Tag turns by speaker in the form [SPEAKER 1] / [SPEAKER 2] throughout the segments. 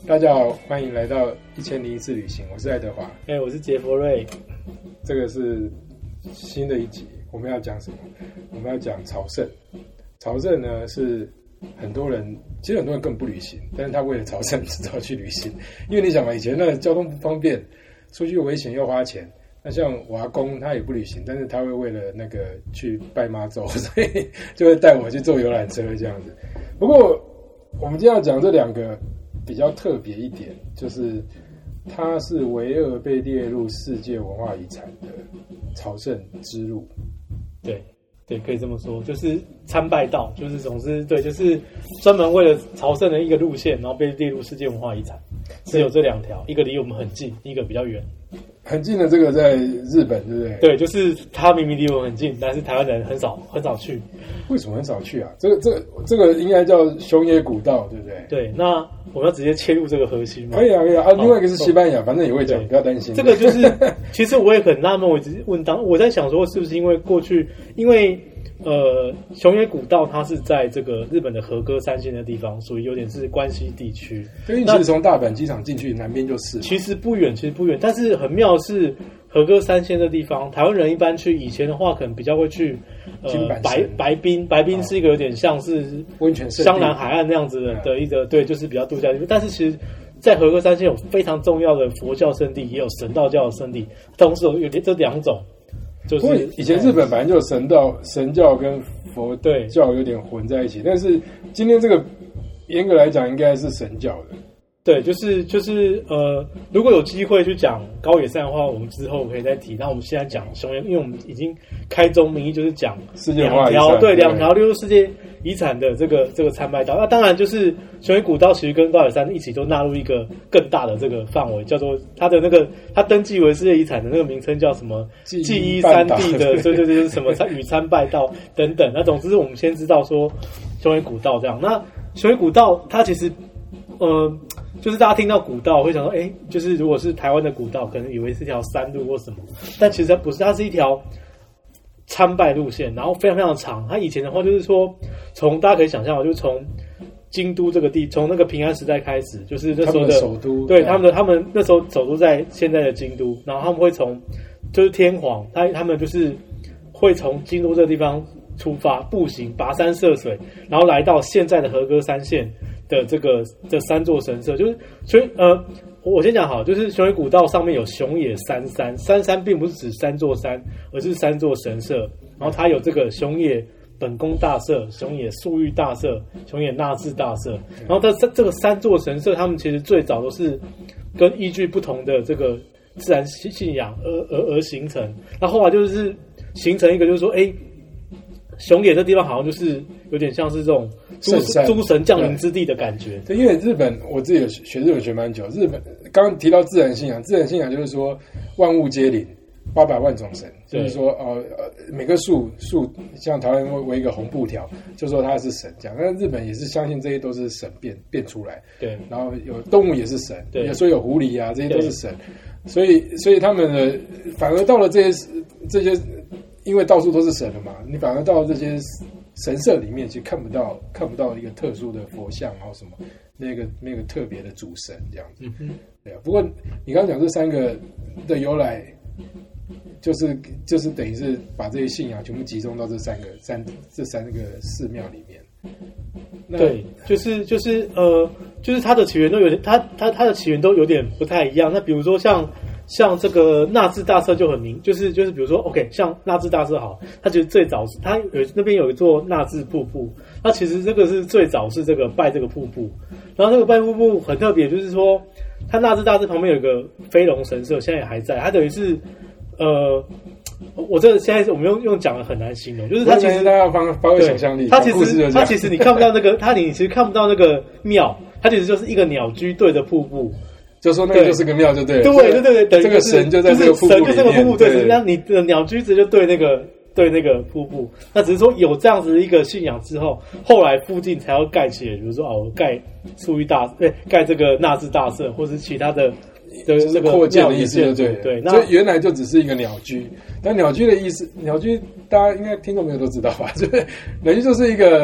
[SPEAKER 1] 大家好，欢迎来到1001次旅行，我是爱德华。
[SPEAKER 2] 我是杰佛瑞。
[SPEAKER 1] 这个是新的一集，我们要讲什么？我们要讲朝圣。朝圣呢是很多人根本不旅行，但是他为了朝圣只好去旅行。因为你想嘛，以前那个交通不方便，出去又危险又花钱。那像我阿公他也不旅行，但是他会为了那个去拜妈祖，所以就会带我去坐游览车这样子。不过我们今天要讲这两个比较特别一点，就是它是唯二被列入世界文化遗产的朝圣之路。
[SPEAKER 2] 对，可以这么说，就是参拜道，就是总之对，就是专门为了朝圣的一个路线，然后被列入世界文化遗产。是有这两条，一个离我们很近，一个比较远。
[SPEAKER 1] 很近的这个在日本，对不对？
[SPEAKER 2] 对，就是它明明离我们很近，但是台湾人很少去。为
[SPEAKER 1] 什么很少去啊？这个应该叫熊野古道，对不对？
[SPEAKER 2] 对，那我们要直接切入这个核心吗？
[SPEAKER 1] 可以啊。另外一个是西班牙，反正也会讲，不要担心。
[SPEAKER 2] 这个就是，其实我也很纳闷，我一直问我在想说，是不是因为过去，因为熊野古道它是在这个日本的和歌山县的地方，属于有点是关西地区。
[SPEAKER 1] 所以你其实从大阪机场进去南边就是。
[SPEAKER 2] 其实不远，但是很妙的是和歌山县的地方，台湾人一般去，以前的话可能比较会去白滨是一个有点像是
[SPEAKER 1] 温泉
[SPEAKER 2] 香南海岸那样子的一个对，就是比较度假地方。但是其实在和歌山县有非常重要的佛教圣地，也有神道教的圣地，同时有这两种。就是
[SPEAKER 1] 以前日本本来就有神教跟佛教有点混在一起，但是今天这个严格来讲应该是神教的。
[SPEAKER 2] 对，就是如果有机会去讲高野山的话，我们之后可以再提。那我们现在讲熊野，因为我们已经开宗明义，就是讲两条列入世界遗产的这个参拜道。那当然就是熊野古道，其实跟高野山一起都纳入一个更大的这个范围，叫做它的它登记为世界遗产的那个名称叫什么？记忆三地的，对，就是什么与参拜道等等。那总之我们先知道说熊野古道这样。那熊野古道它其实就是大家听到古道会想说，就是如果是台湾的古道，可能以为是一条山路或什么，但其实它不是，它是一条参拜路线，然后非常非常长。它以前的话就是说，大家可以想象，就是从京都这个从那个平安时代开始，就是那时候的
[SPEAKER 1] 首都，
[SPEAKER 2] 对，他们那时候首都在现在的京都，然后他们会从就是天皇，他们就是会从京都这个地方出发，步行跋山涉水，然后来到现在的和歌山县的这三座神社。就是所以我先讲好，就是熊野古道上面有熊野三山，三山并不是指三座山，而是三座神社。然后它有这个熊野本宫大社、熊野素玉大社、熊野那智大社。然后这个三座神社，他们其实最早都是跟依据不同的这个自然信仰而形成。那后来就是形成一个，就是说，熊野这地方好像就是有点像是这种诸神降临之地的感觉。
[SPEAKER 1] 对，因为日本我自己学日本学蛮久，日本刚刚提到自然信仰就是说万物皆灵，800万种神，就是说每个树像台湾围一个红布条，就说它是神这样。但日本也是相信这些都是神变出来，对。然后有动物也是神，对，所以有狐狸啊，这些都是神。所以他们的反而到了这些。因为到处都是神了嘛，你反而到这些神社里面，其实看不到一个特殊的佛像，然后什么那个特别的主神这样子。对啊。不过你刚刚讲这三个的由来，就是等于是把这些信仰全部集中到这三个寺庙里面。
[SPEAKER 2] 对，就是它的起源都有点，它的起源都有点不太一样。那比如说像这个那智大社就很明，就是比如说 OK， 像那智大社好，它其实最早是它那边有一座那智瀑布，它其实这个是最早是这个拜这个瀑布，然后这个拜瀑布很特别，就是说它那智大社旁边有一个飞龙神社，现在也还在，它等于是我这现在我们用讲的很难形容，就是它其实
[SPEAKER 1] 大家要发挥想象力，
[SPEAKER 2] 它其实你看不到那个，你其实看不到那个庙，它其实就是一个鸟居对着瀑布。
[SPEAKER 1] 就说那个就是个庙就对了，
[SPEAKER 2] 对，
[SPEAKER 1] 这个神就在这个瀑布里面，
[SPEAKER 2] 就是这个瀑布，对，那你的鸟居子就对那个瀑布。那只是说有这样子一个信仰之后，后来附近才要盖起来，比如说盖素玉盖这个那智大社，或是其他的
[SPEAKER 1] 这个扩建的意思，对。所以原来就只是一个鸟居，但鸟居的意思，鸟居大家应该听众朋友都知道吧？就是鸟居就是一个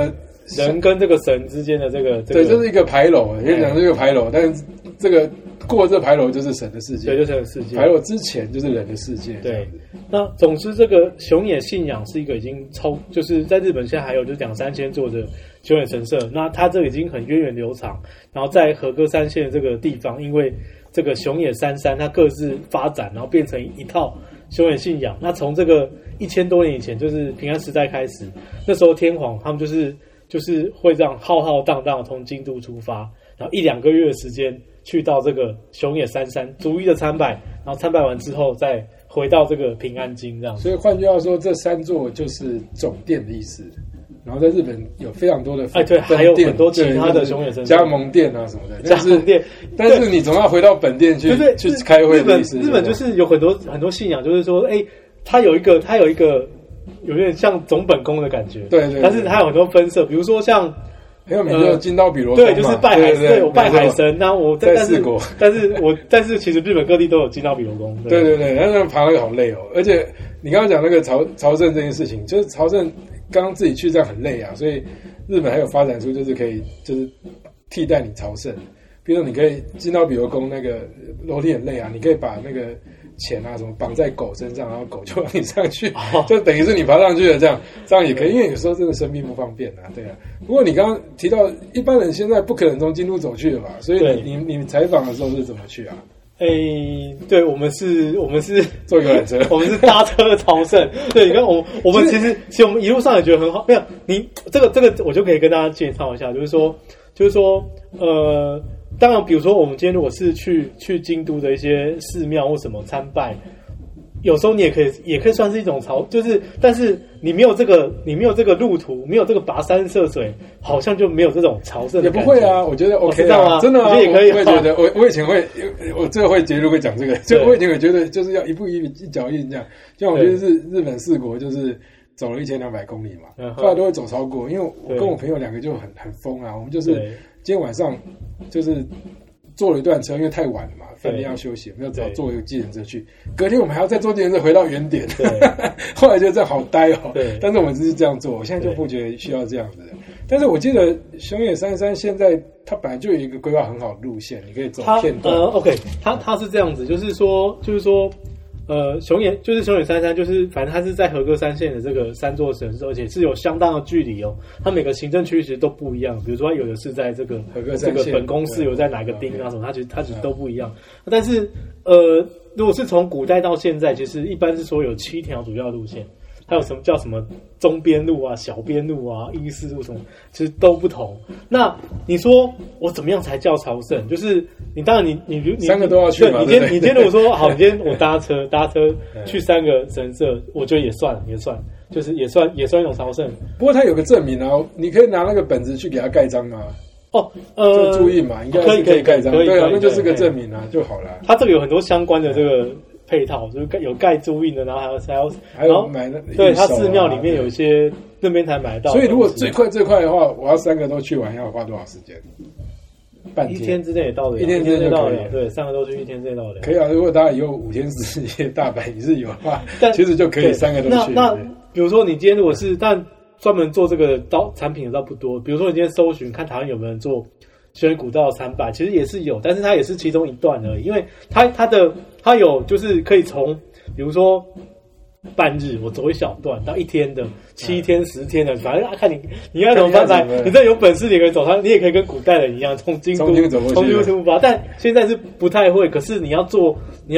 [SPEAKER 2] 人跟这个神之间的这个
[SPEAKER 1] 对，这是一个牌楼，可以讲是一个牌楼，但是这个过这牌楼就是神的世界，
[SPEAKER 2] 对，就是神的世界。
[SPEAKER 1] 牌楼之前就是人的世界。
[SPEAKER 2] 对，那总之这个熊野信仰是一个已经就是在日本现在还有就是2-3千座的熊野神社，那它这个已经很源远流长，然后在和歌山县这个地方，因为这个熊野三山它各自发展，然后变成一套熊野信仰。那从这个1000多年以前，就是平安时代开始，那时候天皇他们就是会这样浩浩荡荡从京都出发，然后1-2个月的时间去到这个熊野三山逐一的参拜，然后参拜完之后再回到这个平安京这样。
[SPEAKER 1] 所以换句话说，这3座就是总店的意思。然后在日本有非常多的
[SPEAKER 2] 对，还有很多其他的熊野神社
[SPEAKER 1] 加盟店啊什么的。
[SPEAKER 2] 加盟店，
[SPEAKER 1] 但是你总要回到本店去开会的意思。
[SPEAKER 2] 日本就是有很多信仰，就是说，它有一个有点像总本宫的感觉。
[SPEAKER 1] 对，
[SPEAKER 2] 但是它有很多分社，比如说像
[SPEAKER 1] 很有名的金刀比罗宫，
[SPEAKER 2] 对，就是拜海，对我拜海神。那我
[SPEAKER 1] 在四国，
[SPEAKER 2] 但是其实日本各地都有金刀比罗宫。
[SPEAKER 1] 对，但是爬那个好累哦。而且你刚刚讲那个朝圣这件事情，就是朝圣刚刚自己去这样很累啊，所以日本还有发展出就是可以就是替代你朝圣，比如说你可以金刀比罗宫那个楼梯很累啊，你可以把那个钱啊什么绑在狗身上，然后狗就让你上去，就等于是你爬上去了，这样也可以，因为有时候真的生病不方便啊，对啊。不过你刚刚提到一般人现在不可能从京都走去的吧？所以你采访的时候是怎么去啊？
[SPEAKER 2] 对，我们是
[SPEAKER 1] 坐游览车，
[SPEAKER 2] 我们是搭车朝圣。对，你看我们其实我们一路上也觉得很好。没有你这个我就可以跟大家介绍一下，就是说当然比如说我们今天如果是去京都的一些寺庙或什么参拜，有时候你也可以算是一种就是但是你没有这个路途，没有这个跋山涉水，好像就没有这种朝圣的感觉。
[SPEAKER 1] 也不会啊，我觉得 OK 啊，真的啊，
[SPEAKER 2] 也可以。
[SPEAKER 1] 我也觉得我以前我这个会节目会讲这个，就我以前会觉得就是要一步一脚印这样，像我觉得日本4国就是走了1200公里嘛，后来都会走超过，因为我跟我朋友2个就很疯啊，我们就是今天晚上就是坐了一段车，因为太晚了嘛，饭店要休息，没有早坐一个计程车去。隔天我们还要再坐计程车回到原点。后来觉得这好呆哦。但是我们只是这样做，我现在就不觉得需要这样子的。但是我记得熊野三山现在它本来就有一个规划很好的路线，你可以走片段。
[SPEAKER 2] OK， 它是这样子，就是说。熊野三山，就是反正它是在和歌山县的这个3座神社，而且是有相当的距离哦。它每个行政区其实都不一样，比如说它有的是在这个
[SPEAKER 1] 和歌山县，
[SPEAKER 2] 这个本宫寺有在哪个町啊什么，它其实都不一样。但是如果是从古代到现在，其实一般是说有7条主要路线。还有什么叫什么中边路啊、小边路啊、伊势路什么，其实都不同。那你说我怎么样才叫朝圣？就是你当然你
[SPEAKER 1] 3个都要去嘛。
[SPEAKER 2] 你今天如果说好，你今天我搭车去3个神社，我觉得也算，就是也算一种朝圣。
[SPEAKER 1] 不过它有个证明啊，你可以拿那个本子去给他盖章啊。就注意嘛，应该是可以盖章，对啊，那就是个证明啊就好了。
[SPEAKER 2] 它这个有很多相关的这个配套，就是有盖租印的，然后还有买的，对，它寺庙里面有一些那边才买得到。
[SPEAKER 1] 所以如果最快的话，我要3个都去完，要花多少时间？半天，
[SPEAKER 2] 1天之内也到了，1天之内到了，对，3个都去1天之内到了。
[SPEAKER 1] 可以啊，如果大家以后5天10夜大阪一日游的话，其实就可以3个都去。
[SPEAKER 2] 那比如说你今天如果是专门做这个产品的倒不多，比如说你今天搜寻看台湾有没有人做熊野古道参拜，其实也是有，但是它也是其中一段而已，因为它有就是可以从比如说半日我走一小段到1天的、7天、10天的，反正看你要怎么办法，你这有本事你可以走它，你也可以跟古代人一样从京都出发，但现在是不太会，可是你要做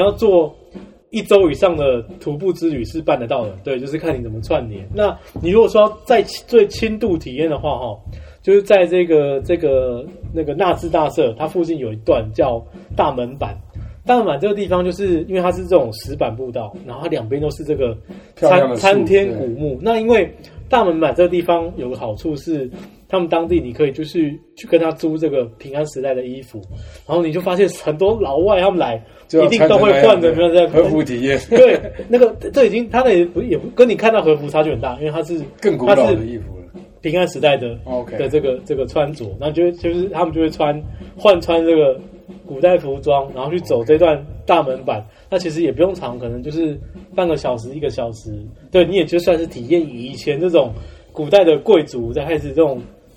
[SPEAKER 2] 1周以上的徒步之旅是办得到的，对，就是看你怎么串联。那你如果说在最轻度体验的话，就是在那个纳智大社，它附近有一段叫大门坂。大门坂这个地方，就是因为它是这种石板步道，然后它2边都是这个参天古木。那因为大门坂这个地方有个好处是，他们当地你可以就是去跟他租这个平安时代的衣服，然后你就发现很多老外他们来一定都会换着
[SPEAKER 1] 和服体验。
[SPEAKER 2] 对，那个这已经他的也不跟你看到和服差距很大，因为它是
[SPEAKER 1] 更古老的衣服了。
[SPEAKER 2] 平安时代的这个穿着，然后就是他们就会换穿这个古代服装，然后去走这段大门坂。那其实也不用长，可能就是半个小时、1个小时。对，你也就算是体验以前这种古代的贵族在开始这种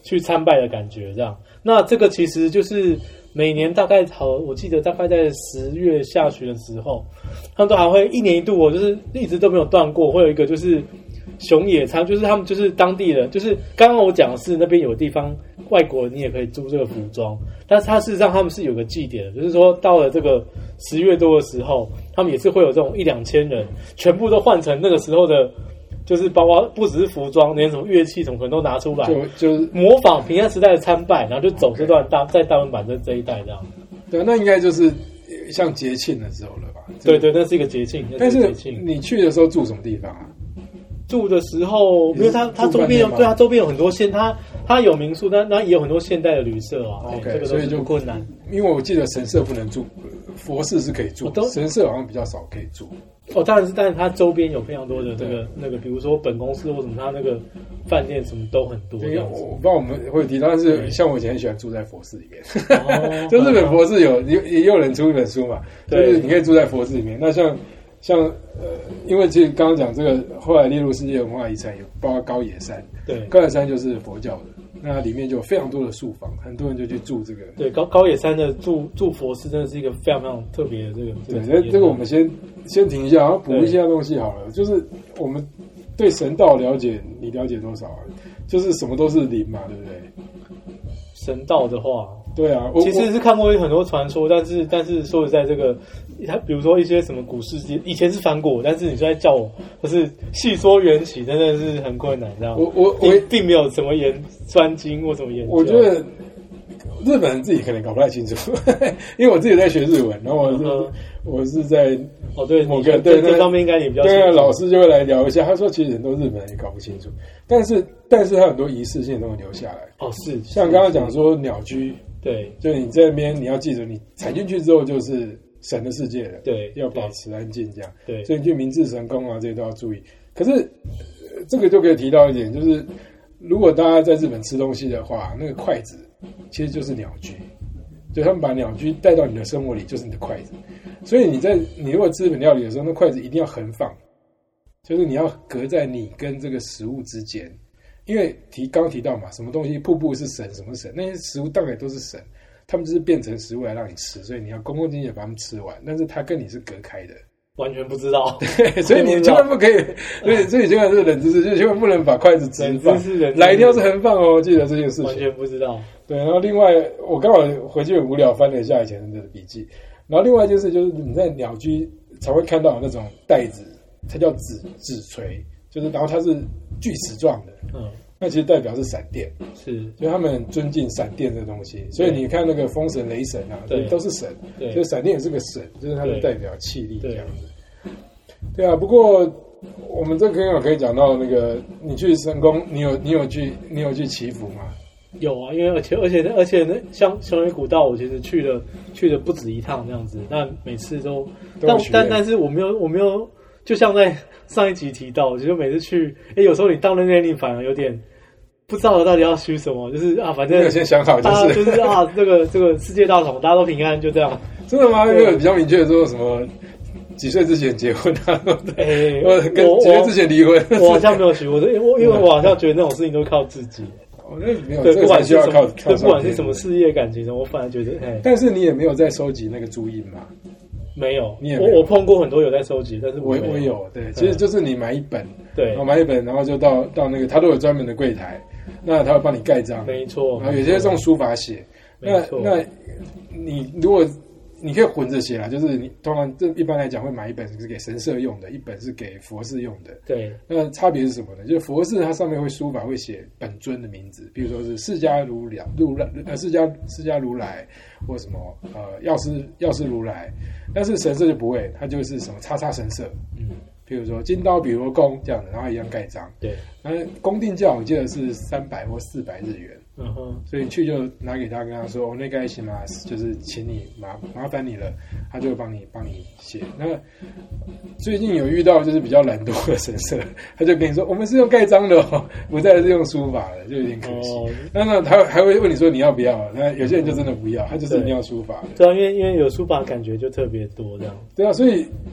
[SPEAKER 2] 去参拜的感觉这样。那这个其实就是每年大概我记得大概在10月下旬的时候，他们都还会一年一度就是一直都没有断过，会有一个就是熊野餐，就是他们就是当地人，就是刚刚我讲的是那边有地方外国人你也可以租这个服装，但是他事实上他们是有个祭典的，就是说到了这个10月多的时候，他们也是会有这种1-2千人，全部都换成那个时候的，就是包括不只是服装，连什么乐器什么可能都拿出来，
[SPEAKER 1] 就是
[SPEAKER 2] 模仿平安时代的参拜，然后就走这段在大文版这一带这样。
[SPEAKER 1] 对，那应该就是像节庆的时候了吧？
[SPEAKER 2] 对对，那是一个节庆。
[SPEAKER 1] 但是你去的时候住什么地方啊？
[SPEAKER 2] 住的时候，因为它周边对它周边有很多它有民宿，但也有很多现代的旅社啊。
[SPEAKER 1] OK，
[SPEAKER 2] 这个
[SPEAKER 1] 所以就
[SPEAKER 2] 不困难。
[SPEAKER 1] 因为我记得神社不能住，佛寺是可以住，神社好像比较少可以住。
[SPEAKER 2] 但是它周边有非常多的那个，比如说本公司或什么，它那个饭店什么都很多。
[SPEAKER 1] 对，我不知道我们会提到，但是像我以前很喜欢住在佛寺里面，就日本佛寺也有人出一本书嘛，就是你可以住在佛寺里面。那像因为其实刚刚讲这个，后来列入世界文化遗产，有包括高野山，对，高野山就是佛教的。那里面就有非常多的宿房，很多人就去住这个。对，
[SPEAKER 2] 高野山的住佛寺真的是一个非常非常特别的这个。
[SPEAKER 1] 对，这个我们先停一下，然后补一下东西好了。就是我们对神道了解，你了解多少啊？就是什么都是灵嘛，对不对？
[SPEAKER 2] 神道的话，
[SPEAKER 1] 对啊，
[SPEAKER 2] 其实是看过很多传说，但是说实在这个，它比如说一些什么古世纪，以前是翻过，但是你现在叫我就是细说缘起，真的是很困难，这样。我并没有什么专精或什么研究。
[SPEAKER 1] 我觉得日本人自己可能搞不太清楚，因为我自己在学日文，然后我是在某个对
[SPEAKER 2] 这方面应该也比较
[SPEAKER 1] 对啊，老师就会来聊一下，他说其实很多日本人也搞不清楚，但是他很多仪式性都会留下来。
[SPEAKER 2] 是
[SPEAKER 1] 像刚刚讲说鸟居，
[SPEAKER 2] 对，
[SPEAKER 1] 就你在那边你要记住，你踩进去之后就是神的世界了，
[SPEAKER 2] 对，
[SPEAKER 1] 要保持安静这样，
[SPEAKER 2] 对，
[SPEAKER 1] 所以你去明治神宫啊这些都要注意。可是这个就可以提到一点，就是如果大家在日本吃东西的话，那个筷子其实就是鸟居，就他们把鸟居带到你的生活里，就是你的筷子。所以你如果吃日本料理的时候，那筷子一定要横放，就是你要隔在你跟这个食物之间。因为刚提到嘛，什么东西瀑布是神，什么神，那些食物当然都是神，他们就是变成食物来让你吃，所以你要恭恭敬敬把它们吃完，但是它跟你是隔开的。
[SPEAKER 2] 完全不知道，
[SPEAKER 1] 对，所以你千万不可以，所以千万是冷知识，就千万不能把筷子直放，来一定要是横放哦，记得这件事情。
[SPEAKER 2] 完全不知道。
[SPEAKER 1] 对，然后另外我刚好回去很无聊，翻了一下以前的笔记，然后另外一件事就是你在鸟居才会看到那种袋子，它叫纸锤，就是然后它是锯齿状的，那其实代表是闪电，
[SPEAKER 2] 是，
[SPEAKER 1] 所以他们很尊敬闪电这个东西，所以你看那个风神、雷神啊，都是神，所以闪电也是个神，就是它的代表气力这样子。对啊，不过我们这个可以讲到那个，你去神宫，你有去祈福吗？
[SPEAKER 2] 有啊，因为而且呢，像雄野古道，我其实去了不止一趟这样子，但每次都但是我没有，就像在上一集提到，我觉得每次去，有时候你到那边你反而有点不知道到底要许什么，就是反正
[SPEAKER 1] 先想好
[SPEAKER 2] 就是这个世界大同，大家都平安，就这样。
[SPEAKER 1] 真的吗？因为比较明确的说什么几岁之前结婚啊？我跟几岁之前离婚？
[SPEAKER 2] 我好像没有许过，因为我好像觉得那种事情都靠自己。
[SPEAKER 1] 没有，对，不管是什么，
[SPEAKER 2] 对，不管是什么事业感情的，我反而觉得，
[SPEAKER 1] 但是你也没有在收集那个注印嘛？
[SPEAKER 2] 没有，我碰过很多有在收集，但是
[SPEAKER 1] 我有，对，其实就是你买一本，
[SPEAKER 2] 对，
[SPEAKER 1] 然后买一本，然后就到那个，他都有专门的柜台，那他会帮你盖章，
[SPEAKER 2] 没错，
[SPEAKER 1] 然后有些是用书法写，那你如果你可以混着写啦，就是你通常一般来讲会买一本是给神社用的，一本是给佛寺用的。
[SPEAKER 2] 对，
[SPEAKER 1] 那差别是什么呢？就是佛寺它上面会书法会写本尊的名字，比如说是释迦如来，或什么药师如来，但是神社就不会，它就是什么叉叉神社，比如说金刀比罗宫这样的，然后一样盖章。
[SPEAKER 2] 对，
[SPEAKER 1] 那公定价我记得是300或400日元。所以你去就拿给他，跟他说那个行吗？就是请你麻烦你了，他就会帮你写。那最近有遇到就是比较懒惰的神社，他就跟你说我们是用盖章的哦，不再是用书法的，就有点可惜。那他还会问你说你要不要？那有些人就真的不要，他就是一定要书法的。
[SPEAKER 2] 对啊，因为有书法感觉就特别多这样。
[SPEAKER 1] 对啊，所以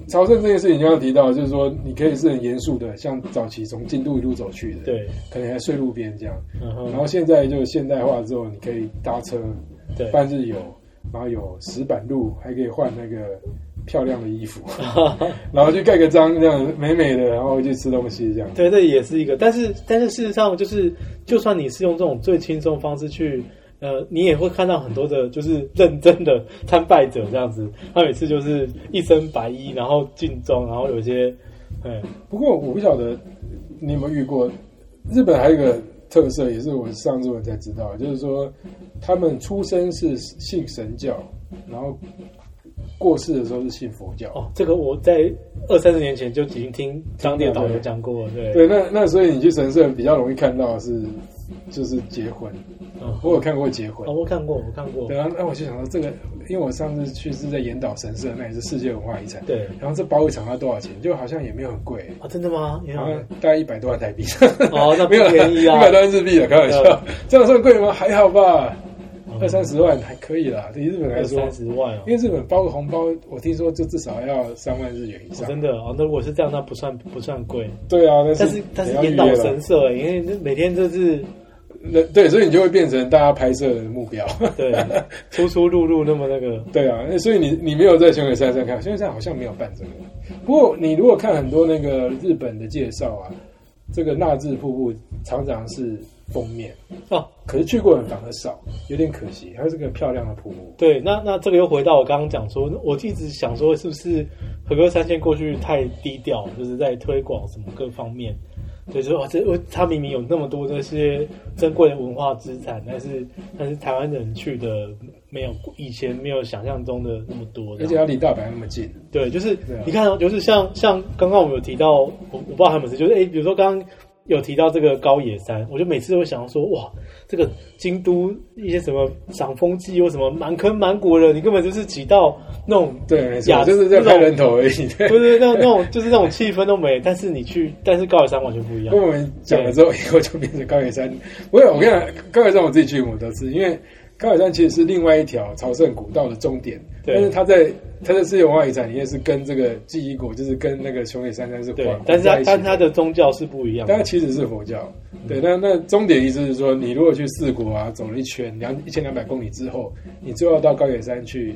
[SPEAKER 1] 朝圣这件事情刚刚提到，就是说你可以是很严肃的，像早期从京都一路走去的，
[SPEAKER 2] 对，
[SPEAKER 1] 可能还睡路边这样。然后现在就现代化之后，你可以搭车，
[SPEAKER 2] 对，
[SPEAKER 1] 半日游，然后有石板路，还可以换那个漂亮的衣服，然后去盖个章，这样美美的，然后去吃东西这样。
[SPEAKER 2] 对，这也是一个，但是事实上就是，就算你是用这种最轻松方式去。你也会看到很多的，就是认真的参拜者这样子，他每次就是一身白衣，然后进庄，然后有些，
[SPEAKER 1] 不过我不晓得你有没有遇过，日本还有一个特色，也是我上日文才知道，就是说他们出生是信神教，然后过世的时候是信佛教。
[SPEAKER 2] 哦，这个我在20-30年前就已经听当地的导游讲过了，对。
[SPEAKER 1] 对，那所以你去神社比较容易看到的是就是结婚。我有看过结婚，
[SPEAKER 2] 我看过。对，
[SPEAKER 1] 然后我就想说这个，因为我上次去是在岩岛神社，那也是世界文化遗产。
[SPEAKER 2] 对，
[SPEAKER 1] 然后这包一场要多少钱？就好像也没有很贵
[SPEAKER 2] 啊，真的吗？
[SPEAKER 1] 好像大概100多万台币。
[SPEAKER 2] 哦，那
[SPEAKER 1] 没有
[SPEAKER 2] 便宜啊
[SPEAKER 1] ，100多万日币了，开玩笑。这样算贵吗？还好吧，20-30万还可以啦。对于日本来说
[SPEAKER 2] ，30万哦。
[SPEAKER 1] 因为日本包个红包，我听说就至少要3万日元以上。
[SPEAKER 2] 真的啊，那如果是这样，那不算贵。
[SPEAKER 1] 对啊，
[SPEAKER 2] 但是岩岛神社，因为每天就是。
[SPEAKER 1] 对，所以你就会变成大家拍摄的目标。
[SPEAKER 2] 对，出入那么那个。
[SPEAKER 1] 对啊，所以你没有在熊野山上看，熊野山好像没有办这个。不过你如果看很多那个日本的介绍啊，这个纳智瀑布常常是封面哦，可是去过人反而少，有点可惜。它是个漂亮的瀑布。
[SPEAKER 2] 对，那这个又回到我刚刚讲说，我一直想说，是不是和歌山县过去太低调，就是在推广什么各方面。对，说他明明有那么多这些珍贵的文化资产，但是台湾人去的没有以前没有想象中的那么多，
[SPEAKER 1] 而且它离大阪那么近。
[SPEAKER 2] 对，就是你看，就是像刚刚我们有提到，我不知道他们是就是比如说刚刚有提到这个高野山，我就每次都会想到说，哇，这个京都一些什么赏枫季或什么满坑满谷的，你根本就是挤到那种
[SPEAKER 1] 对，就是在拍人头而已。
[SPEAKER 2] 不是那种就是那种气氛都没，但是高野山完全不一样。
[SPEAKER 1] 跟我们讲了之后，以后就变成高野山。我跟你讲，高野山我自己去过多次，因为高野山其实是另外一条朝圣古道的终点，但是它在世界文化遗产里面是跟这个纪伊国，就是跟那个熊野山是
[SPEAKER 2] 对，但是它的宗教是不一样的，
[SPEAKER 1] 但它其实是佛教。对，那终点意思是说，你如果去四国啊走了一圈1200公里之后，你最后要到高野山去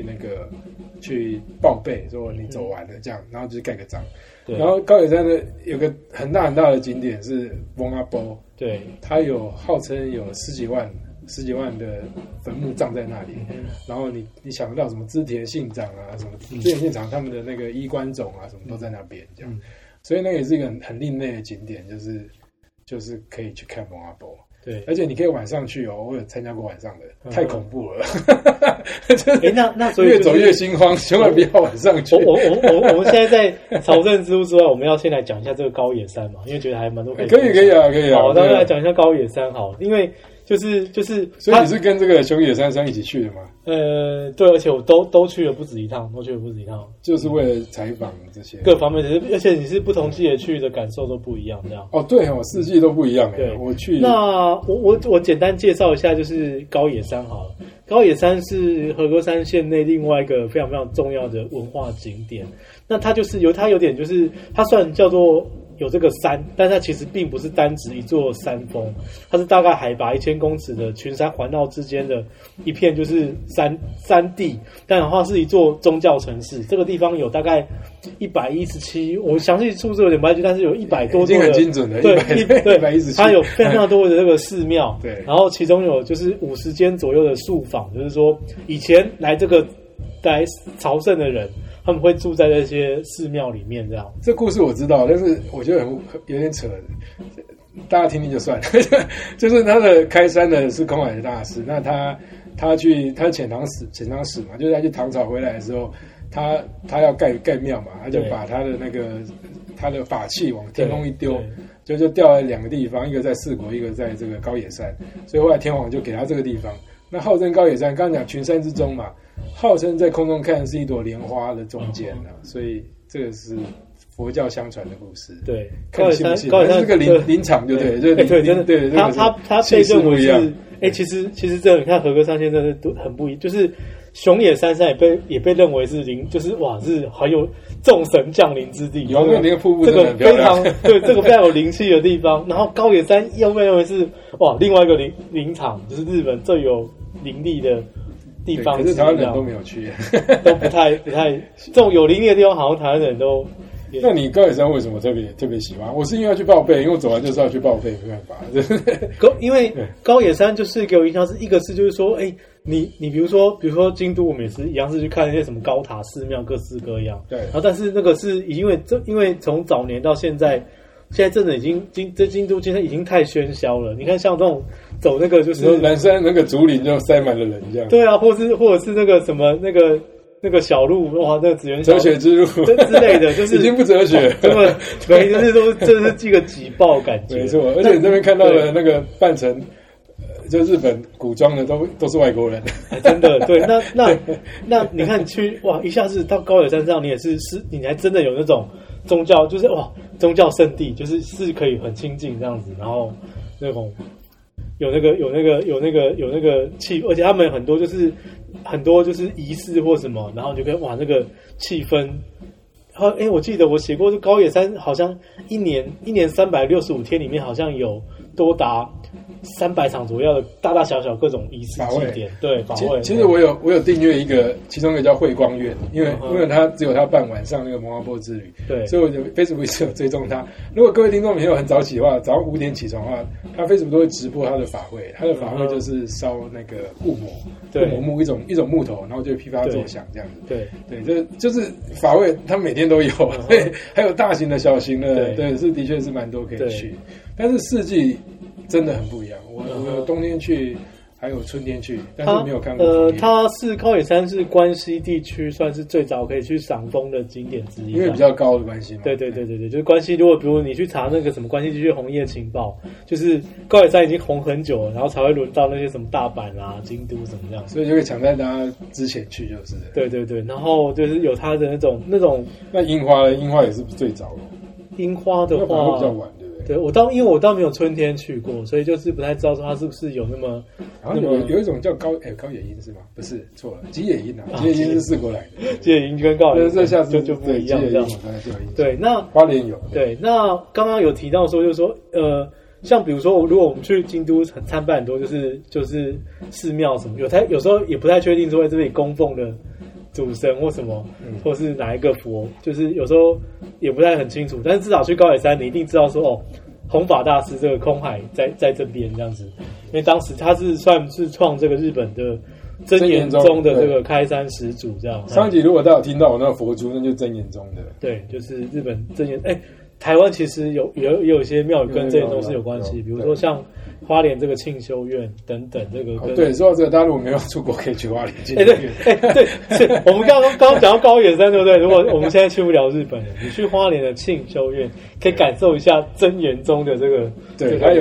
[SPEAKER 1] 报备说你走完了这样，然后就盖个章。然后高野山呢有个很大的景点是翁阿波，对，它号称有十几万的坟墓葬在那里，然后你想得到什么织田信长啊，什么织田信长他们的那个衣冠冢啊，什么都在那边这样，所以那也是一个很另类的景点，就是可以去看蒙阿波。对，而且你可以晚上去哦，我有参加过晚上的，太恐怖了。
[SPEAKER 2] 那所以
[SPEAKER 1] 越走越心慌，千万不要晚上去。
[SPEAKER 2] 我们现在在朝圣之路之外，我们要先来讲一下这个高野山嘛，因为觉得还蛮多可以啊。好，那来讲一下高野山好，因为就是，
[SPEAKER 1] 所以你是跟这个熊野山一起去的吗？
[SPEAKER 2] 对，而且我都去了不止一趟，
[SPEAKER 1] 就是为了采访这些
[SPEAKER 2] 各方面的，而且你是不同季节去的感受都不一样，这样。
[SPEAKER 1] 哦，对哦，四季都不一样。对，我去。
[SPEAKER 2] 那我简单介绍一下，就是高野山好了。高野山是和歌山县内另外一个非常非常重要的文化景点。那它就是它有点就是它虽然叫做有这个山，但它其实并不是单指一座山峰，它是大概海拔1000公尺的群山环绕之间的一片就是山地，但的话是一座宗教城市。这个地方有大概117，我详细数字有点不太清，但是有100多座的，
[SPEAKER 1] 已经很精准的，
[SPEAKER 2] 对
[SPEAKER 1] 117，
[SPEAKER 2] 它有非常多的这个寺庙，
[SPEAKER 1] 对，
[SPEAKER 2] 然后其中有就是50间左右的宿坊，就是说以前来朝圣的人，他们会住在这些寺庙里面，这样。这
[SPEAKER 1] 故事我知道，但是我觉得有点扯，大家听听就算了。就是他的开山的是空海的大师，那他遣唐使嘛，就是他去唐朝回来的时候，他要盖庙嘛，他就把他的法器往天空一丢，就掉在2个地方，一个在四国，一个在这个高野山，所以后来天皇就给他这个地方。那号称高野山，刚刚讲群山之中嘛，号称在空中看是一朵莲花的中间啊，所以这个是佛教相传的故事。对，高野山是个林场，就对，
[SPEAKER 2] 对，真的对，他被认为是其实这你看和歌山县真的都很不一，就是熊野山上也被认为是就是哇是很有众神降临之地，
[SPEAKER 1] 有那个瀑布
[SPEAKER 2] 这个非常对这个非常有灵气的地方。然后高野山又被认为是哇另外一个林场，就是日本最有灵力的地方。
[SPEAKER 1] 可是台湾人都没有去，
[SPEAKER 2] 都不太这种有灵力的地方，好像台湾人都。
[SPEAKER 1] 那你高野山为什么特别喜欢？我是因为要去报备，因为我走完就是要去报备，没办法。
[SPEAKER 2] 因为高野山就是给我印象是一个是就是说，你比如说京都，我们也是一样是去看那些什么高塔寺庙，各式各样。
[SPEAKER 1] 对。
[SPEAKER 2] 然后但是那个是因为从早年到现在真的这京都现在已经太喧嚣了。你看像这种走那个就是
[SPEAKER 1] 南山那个竹林就塞满了人这样。
[SPEAKER 2] 对啊，或者是那个什么那个小路哇，那个紫园
[SPEAKER 1] 哲学之路
[SPEAKER 2] 之类的，就是
[SPEAKER 1] 已经不哲学，
[SPEAKER 2] 根本每就是都这是一个挤爆感觉。
[SPEAKER 1] 没错，而且你这边看到的那个扮成就日本古装的都是外国人，
[SPEAKER 2] 真的对。那你看去哇，一下子到高野山上，你也是你还真的有那种宗教，就是哇宗教圣地，就是可以很亲近这样子，然后那种有那个气，而且他们很多就是仪式或什么，然后你就跟哇那个气氛。我记得我写过，就高野山好像一年365天里面好像有多达300场左右的大大小小各种仪式祭典，对法会。
[SPEAKER 1] 其实我有订阅一个，其中一个叫慧光院，因为他只有他办晚上那个摩诃波之旅，对，所以我就 Facebook 是有追踪他。如果各位听众朋友很早起的话，早上5点起床的话，他 Facebook 都会直播他的法会。他的法会就是烧那个护摩木，一种木头，然后就噼啪作响这样子。对，就是法会，他每天都有，对，还有大型的、小型的，对，是的确是蛮多可以去。但是四季真的很不一样。我冬天去，还有春天去，但是没有看过。
[SPEAKER 2] 它是高野山是关西地区算是最早可以去赏枫的景点之一，
[SPEAKER 1] 因为比较高的关系嘛。
[SPEAKER 2] 对，就是关西。如果比如你去查那个什么关西地区红叶情报，就是高野山已经红很久了，然后才会轮到那些什么大阪啊、京都什么这样，
[SPEAKER 1] 所以就会抢在大家之前去，就是。
[SPEAKER 2] 对，然后就是有它的那种。
[SPEAKER 1] 那樱花也是最早了。
[SPEAKER 2] 樱花的话
[SPEAKER 1] 会比较晚。
[SPEAKER 2] 对，因为我倒没有春天去过，所以就是不太知道说它是不是有那么。
[SPEAKER 1] 然后有一种叫高野樱是吗？不是，错了，吉野樱啊，吉野樱是四国来的。
[SPEAKER 2] 吉野樱跟高野樱
[SPEAKER 1] 这下次
[SPEAKER 2] 就不一样，这样。对，那
[SPEAKER 1] 花莲有。
[SPEAKER 2] 对，那刚刚有提到说，就是说像比如说，如果我们去京都参拜很多，就是寺庙什么，有时候也不太确定说在这里供奉的主神或什么，或是哪一个佛，就是有时候也不太很清楚。但是至少去高野山，你一定知道说弘法大师这个空海在这边这样子，因为当时他是算是创这个日本的真言宗的这个开山始祖这样。
[SPEAKER 1] 上一集如果大家有听到我那个佛珠，那就是真言宗的。
[SPEAKER 2] 对，就是日本真言。台湾其实也有一些庙宇跟真言宗是有关系，比如说像花莲这个庆修院等等，这个
[SPEAKER 1] 对，说到这个，大家如果没有出国，可以去花莲庆修
[SPEAKER 2] 院。对，是我们刚刚讲到高野山，对不对？如果我们现在去不了日本，你去花莲的庆修院，可以感受一下真言宗的这个。
[SPEAKER 1] 对，它有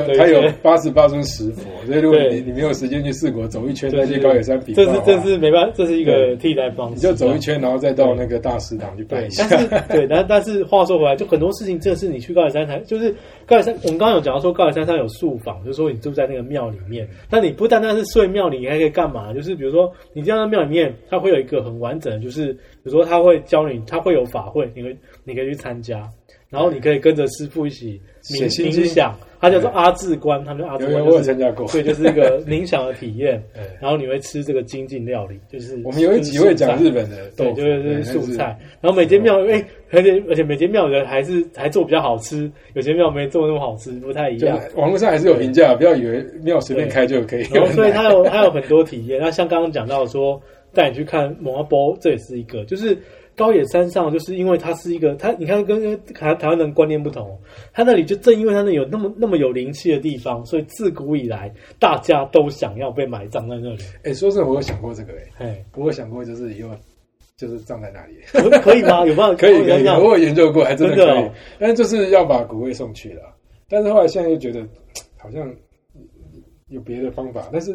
[SPEAKER 1] 88尊石佛，所以如果你没有时间去四国走一圈，再去高野山比的话，
[SPEAKER 2] 这是没办法，这是一个替代方式。
[SPEAKER 1] 你就走一圈，然后再到那个大师堂去拜一下。
[SPEAKER 2] 但是话说回来，就很多事情，这是你去高野山就是高野山，我们刚刚有讲到说高野山上有宿坊，就是说你住在那个庙里面，那你不单单是睡庙里，你还可以干嘛？就是比如说你进到庙里面，它会有一个很完整的，就是比如说他会教你，他会有法会，你可以去参加，然后你可以跟着师父一起冥想。他叫做阿字观，他们阿字观
[SPEAKER 1] 我有参加过，
[SPEAKER 2] 所以就是一个冥想的体验。然后你会吃这个精进料理，就是
[SPEAKER 1] 我们有一集会讲日本的，
[SPEAKER 2] 对，就是素菜。然后每间庙，而且每间庙的还做比较好吃，有些庙没做那么好吃，不太一样。
[SPEAKER 1] 网络上还是有评价，不要以为庙随便开就可以。
[SPEAKER 2] 然后所以它有很多体验。那像刚刚讲到说，带你去看摩诃波，这也是一个，就是高野山上，就是因为它是一个，你看跟台湾人观念不同，它那里就正因为它那有那么有灵气的地方，所以自古以来大家都想要被埋葬在那里。
[SPEAKER 1] 说真的，我有想过这个我有想过就是以后就是葬在那里，
[SPEAKER 2] 可以吗？有办法？
[SPEAKER 1] 可以，我有研究过，还真的可以。但是就是要把骨灰送去了，但是后来现在又觉得好像有别的方法，但是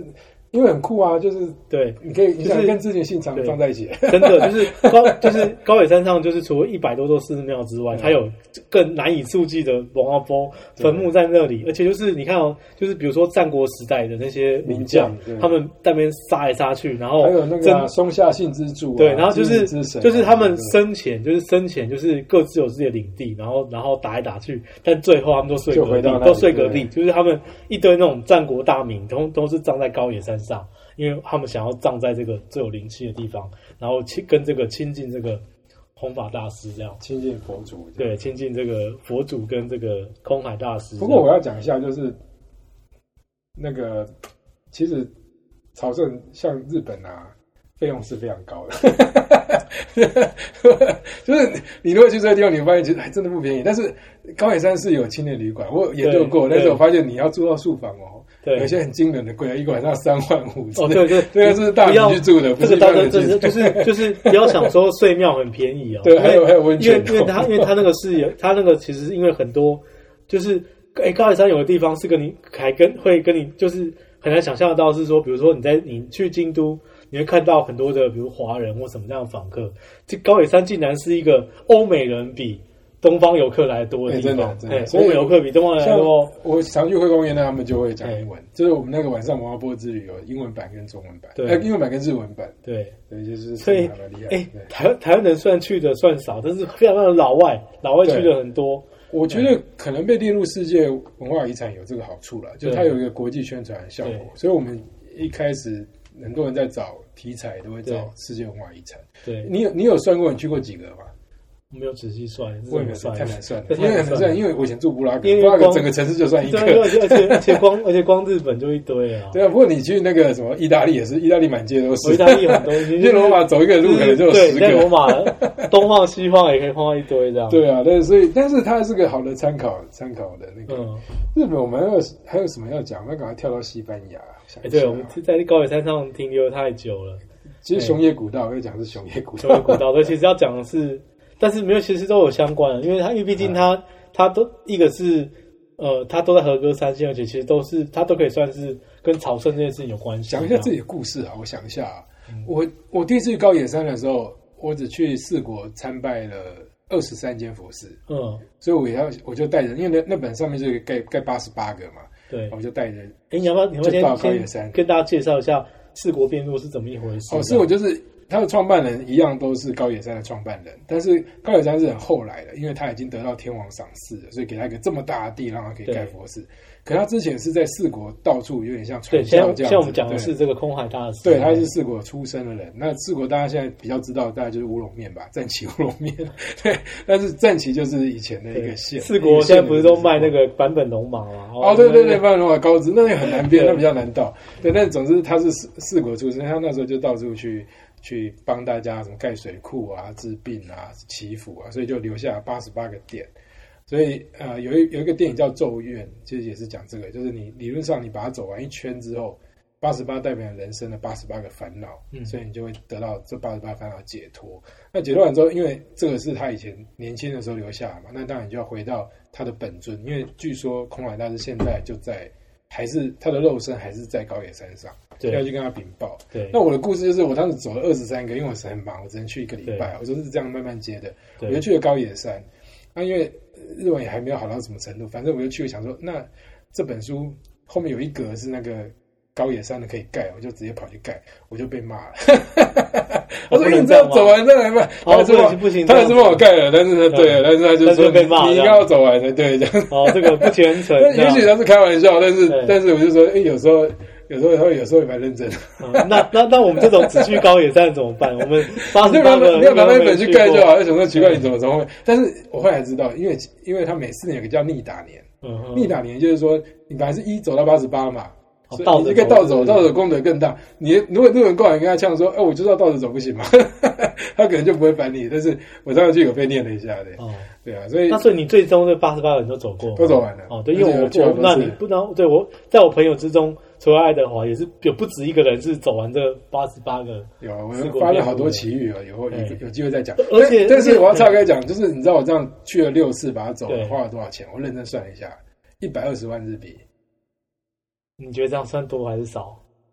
[SPEAKER 1] 因为很酷啊，就是
[SPEAKER 2] 对，
[SPEAKER 1] 你可以你想跟之前信长放在一起，
[SPEAKER 2] 真的就是高野山上，就是除了100多座寺庙之外，它有更难以触及的王阿波坟墓在那里，而且就是你看哦，就是比如说战国时代的那些武将，他们在那边杀来杀去，然后
[SPEAKER 1] 还有那个松下幸之助，
[SPEAKER 2] 对，然后就是他们生前就是各自有自己的领地，然后打来打去，但最后他们都睡隔壁，就是他们一堆那种战国大名都是葬在高野山上，因为他们想要葬在这个最有灵气的地方，然后跟这个亲近这个弘法大师，这样
[SPEAKER 1] 亲近佛祖，
[SPEAKER 2] 对，亲近这个佛祖跟这个空海大师。
[SPEAKER 1] 不过我要讲一下，就是那个其实朝圣像日本啊，费用是非常高的，就是你如果去这个地方，你会发现其实还真的不便宜。但是高野山是有青年旅馆，我有研究过，但是我发现你要住到宿房哦。对，有些很惊人的贵，一个晚上35000。哦，对，这个是大名去住的，不是一般人去住。
[SPEAKER 2] 就是不要想说睡庙很便宜哦。
[SPEAKER 1] 对，还有温泉，
[SPEAKER 2] 因为他那个他那个其实因为很多就是高野山有的地方是会跟你就是很难想象得到，是说比如说你去京都，你会看到很多的比如华人或什么这样的访客，这高野山竟然是一个欧美人比东方游客来多的地方，
[SPEAKER 1] 真的，
[SPEAKER 2] 欧美游客比东方来多。
[SPEAKER 1] 我常去惠公园，他们就会讲英文，就是我们那个晚上王阿波之旅有英文版跟中文版，对，英文版跟日文版，
[SPEAKER 2] 对，
[SPEAKER 1] 就是
[SPEAKER 2] 所以
[SPEAKER 1] 还蛮厉害。
[SPEAKER 2] 台湾人虽然去的算少，但是非常的老外去的很多。
[SPEAKER 1] 我觉得可能被列入世界文化遗产有这个好处了，就它有一个国际宣传的效果，所以我们一开始很多人在找题材都会找世界文化遗产。对，你有算过你去过几个吗？
[SPEAKER 2] 没有仔细算，
[SPEAKER 1] 我也没有算，太难算了。因为很难算，因为我以前住布拉格整个城市就算一个，
[SPEAKER 2] 而且光日本就一堆啊。
[SPEAKER 1] 对啊，不过你去那个什么意大利也是，意大利满街都是。
[SPEAKER 2] 意大利很多，你
[SPEAKER 1] 去罗马走一个路可能就有10个。
[SPEAKER 2] 在罗马东晃西晃也可以晃到一堆这样。
[SPEAKER 1] 对啊，但是它是个好的参考的那个。日本我们还有什么要讲？我们赶快跳到西班牙。
[SPEAKER 2] 对，我们在高野山上停留太久了。
[SPEAKER 1] 其实熊野古道，我会讲是熊野古道。
[SPEAKER 2] 熊野古道，对，其实要讲的是。但是没有，其实都有相关的，因为毕竟它都一个是它都在和歌山县，而且其实它都可以算是跟朝圣这件事情有关系。
[SPEAKER 1] 讲一下自己的故事啊，我想一下啊，我第一次去高野山的时候，我只去4国参拜了23间佛寺，所以我就带着，因为那本上面就盖88个嘛，对，我就带着。
[SPEAKER 2] 你要不要
[SPEAKER 1] 先到高野山
[SPEAKER 2] 跟大家介绍一下4国遍路是怎么一回事？
[SPEAKER 1] 4国就是。他的创办人一样都是高野山的创办人，但是高野山是很后来的，因为他已经得到天王赏识了，所以给他一个这么大的地，让他可以盖佛寺。可他之前是在4国到处有点像传教这样子。
[SPEAKER 2] 像我们讲的是这个空海大师，
[SPEAKER 1] 对，他是4国出生的人。那4国大家现在比较知道，大概就是乌龙面吧，战旗乌龙面。对，但是战旗就是以前的一个县。
[SPEAKER 2] 4国现在不是都卖那个版本龙马吗？
[SPEAKER 1] 哦，对，版本龙马高知那个很难变，那比较难到。对，但总之他是4国出生，他那时候就到处去帮大家什么盖水库啊、治病啊、祈福啊，所以就留下88个点。所以有一个电影叫《咒怨》，其实也是讲这个，就是你理论上你把它走完一圈之后，88代表人生的88个烦恼，所以你就会得到这88烦恼解脱。那解脱完之后，因为这个是他以前年轻的时候留下来嘛，那当然就要回到他的本尊，因为据说空海大师现在就在。还是他的肉身还是在高野山上，要去跟他禀报。对，那我的故事就是我当时走了23个，因为我是很忙，我只能去1个礼拜，我就是这样慢慢接的。我就去了高野山，因为日文也还没有好到什么程度，反正我就去想说，那这本书后面有一格是那个高野山的可以盖，我就直接跑去盖，我就被骂了。我说你这样走完再来吧，
[SPEAKER 2] 不行，
[SPEAKER 1] 他还是帮我盖了，但是他就说你应该要走完才对，这样。
[SPEAKER 2] 这个不虔诚。
[SPEAKER 1] 也许他是开玩笑，但是我就说，有时候也蛮认真的。
[SPEAKER 2] 那我们这种只去高野山怎么办？我们88个
[SPEAKER 1] 你要拿那一本去盖就好。就想说奇怪，你怎么会？但是我后来知道，因为他每4年有个叫逆打年，逆打年就是说你本来是1走到88嘛。所以你可以倒走功德更大。你如果路人过来跟他呛说，我就是要倒着走不行吗？他可能就不会烦你。但是我上去有被念了一下的，对啊，所以
[SPEAKER 2] 你最终这88个人都走过，
[SPEAKER 1] 都走完了。
[SPEAKER 2] 对，因为那你不能对我在我朋友之中，除了爱德华，也是有不止一个人是走完这88个。
[SPEAKER 1] 有，我发了好多奇遇啊，以后有机会再讲。但是我要岔开讲，就是你知道我这样去了6次把它走了，花了多少钱？我认真算了一下，120万日币。
[SPEAKER 2] 你觉得这样算多还是少？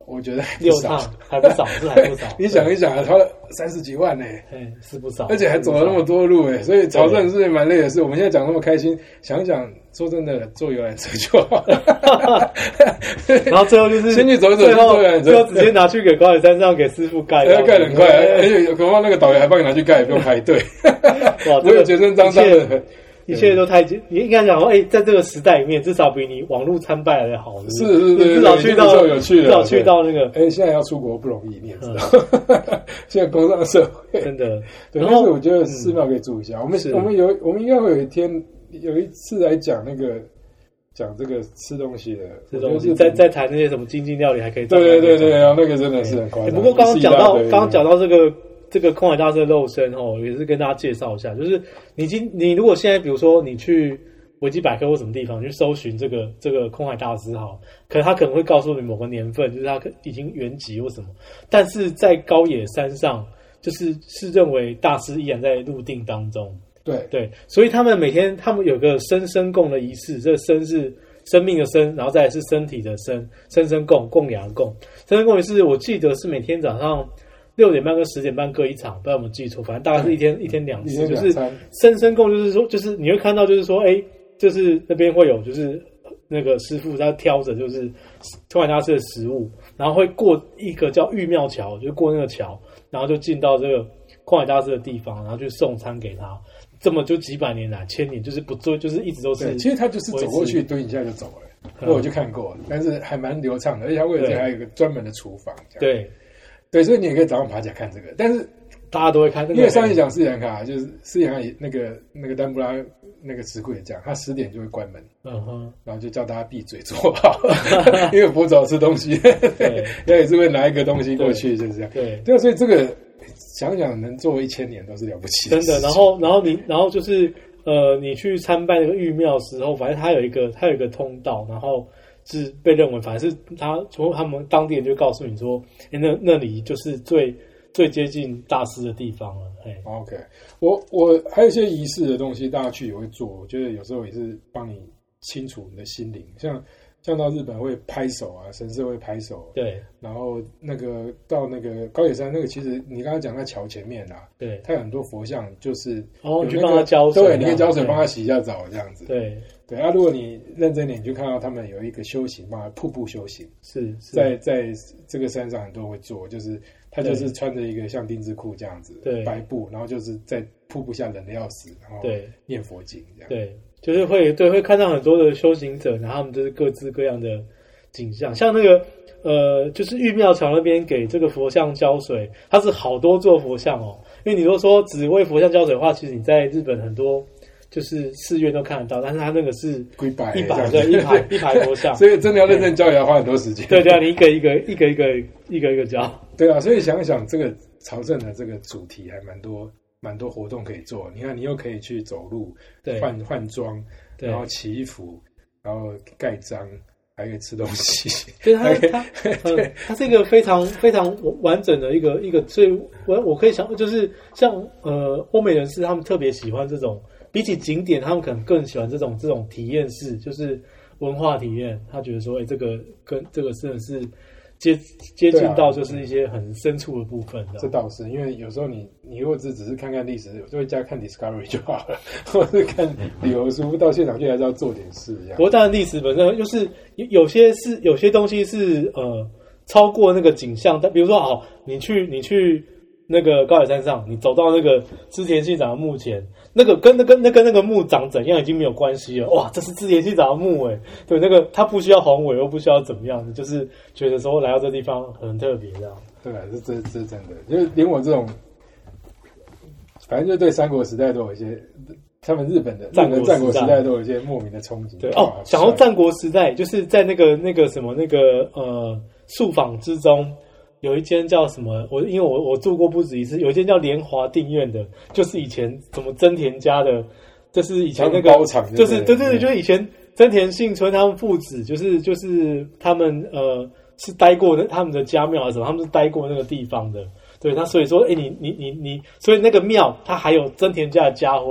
[SPEAKER 1] 我觉得
[SPEAKER 2] 6趟还不少，是还不少。
[SPEAKER 1] 你想一想，花了30几万呢，
[SPEAKER 2] 是不少，
[SPEAKER 1] 而且还走了那么多路所以朝圣是蛮累的事。我们现在讲那么开心，想一想，说真的，坐游览车就好了。
[SPEAKER 2] 然后最后就是
[SPEAKER 1] 先去走一走，
[SPEAKER 2] 最后直接拿去给高野山上给师傅盖，
[SPEAKER 1] 盖很快，而且何况那个导游还帮你拿去盖，也不用排队。哇，我有全身脏脏的。
[SPEAKER 2] 一切都太，你应该讲说，在这个时代里面，至少比你网络参拜来的好。
[SPEAKER 1] 是，
[SPEAKER 2] 至少去到
[SPEAKER 1] 有趣的，
[SPEAKER 2] 至少去到那个。
[SPEAKER 1] 现在要出国不容易，你也知道。现在工商社会
[SPEAKER 2] 真的。
[SPEAKER 1] 对，但是我觉得寺庙可以住一下。我们应该会有一天有一次来讲这个吃东西的，
[SPEAKER 2] 吃东西在谈那些什么精进料理，还可以。
[SPEAKER 1] 对，然后那个真的是很夸张。
[SPEAKER 2] 不过刚刚讲到这个空海大师的肉身也是跟大家介绍一下，就是你如果现在比如说你去维基百科或什么地方去搜寻这个空海大师可能他可能会告诉你某个年份，就是他已经圆寂或什么，但是在高野山上是认为大师依然在入定当中。对，所以他们每天他们有个生供的仪式，这个生是生命的生，然后再来是身体的生供养的供。生供仪式我记得是每天早上6点半跟10点半各一场，不知道有没有记错，反正大概是一天2次，就是生供，就是说，就是你会看到，就是说，就是那边会有，就是那个师傅他挑着就是空海大师的食物，然后会过一个叫玉庙桥，就过那个桥，然后就进到这个空海大师的地方，然后去送餐给他。这么就几百年来，1000年就是不做，就是一直都是。
[SPEAKER 1] 其实他就是走过去蹲一下就走了，我就看过，但是还蛮流畅的，而且他为了这还有一个专门的厨房。对，所以你也可以早上爬起来看这个，但是
[SPEAKER 2] 大家都会看，
[SPEAKER 1] 因为上一讲斯里兰卡就是斯里兰卡那个丹布拉那个石窟也这样，他10点就会关门，然后就叫大家闭嘴坐好，因为佛祖吃东西，他也是会拿一个东西过去，就是这样。对，所以这个想想能做1000年都是了不起的，
[SPEAKER 2] 真的。然后就是你去参拜那个玉庙的时候，反正它有一个通道，然后是被认为，反正是他们当地人就告诉你说，那里就是最接近大师的地方了。
[SPEAKER 1] OK， 我还有一些仪式的东西，大家去也会做，我觉得有时候也是帮你清除你的心灵，像到日本会拍手啊，神社会拍手，
[SPEAKER 2] 对，
[SPEAKER 1] 然后到那个高野山那个，其实你刚才讲在桥前面
[SPEAKER 2] 对，
[SPEAKER 1] 它有很多佛像，就是
[SPEAKER 2] 你去帮他浇水，
[SPEAKER 1] 对，你可以浇水帮他洗一下澡这样子，
[SPEAKER 2] 对，
[SPEAKER 1] 如果你认真点，你就看到他们有一个修行，帮他瀑布修行，
[SPEAKER 2] 是
[SPEAKER 1] 在这个山上很多人会做，就是他就是穿着一个像丁字裤这样子，白布，然后就是在瀑布下冷得要死，然后念佛经这样，
[SPEAKER 2] 对。就是会看到很多的修行者，然后他们就是各式各样的景象，像那个就是玉庙桥那边给这个佛像浇水，它是好多座佛像因为你都说只为佛像浇水的话，其实你在日本很多就是寺院都看得到，但是它那个是
[SPEAKER 1] 一排
[SPEAKER 2] 佛像，
[SPEAKER 1] 所以真的要认真浇也要花很多时间。
[SPEAKER 2] 对啊，你一个一个浇。
[SPEAKER 1] 对啊，所以想一想这个朝圣的这个主题还蛮多活动可以做，你看你又可以去走路，换装，然后祈福，然后盖章，还可以吃东西。
[SPEAKER 2] 对，它是一个非常非常完整的一个，所以我可以想，就是像欧美人士他们特别喜欢这种，比起景点，他们可能更喜欢这种体验式，就是文化体验。他觉得说，这个跟这个真的是。接近到就是一些很深处的部分，
[SPEAKER 1] 这倒是，因为有时候你如果只是看看历史，就会加看 Discovery 就好了，或是看旅游书，到现场去还是要做点事这样。
[SPEAKER 2] 不过当然历史本身就是有些东西是超过那个景象，但比如说你去那个高野山上，你走到那个织田信长的墓前，那个跟那个墓长怎样已经没有关系了。哇，这是织田信长的墓对，那个他不需要宏伟，又不需要怎么样，就是觉得说来到这地方很特别这样。
[SPEAKER 1] 对啊，这是真的，就是连我这种，反正就对三国时代都有一些，他们日本的战国时代都有一一些莫名的憧憬。
[SPEAKER 2] 对想到战国时代，就是在那个什么宿坊之中。有一间叫什么？因为我住过不止一次，有一间叫莲华定院的，就是以前什么真田家的，就是以前那个，就是对，就是以前真田幸村他们父子，就是他们是待过他们的家庙还是什么，他们是待过那个地方的。对，那所以说，你，所以那个庙它还有真田家的家徽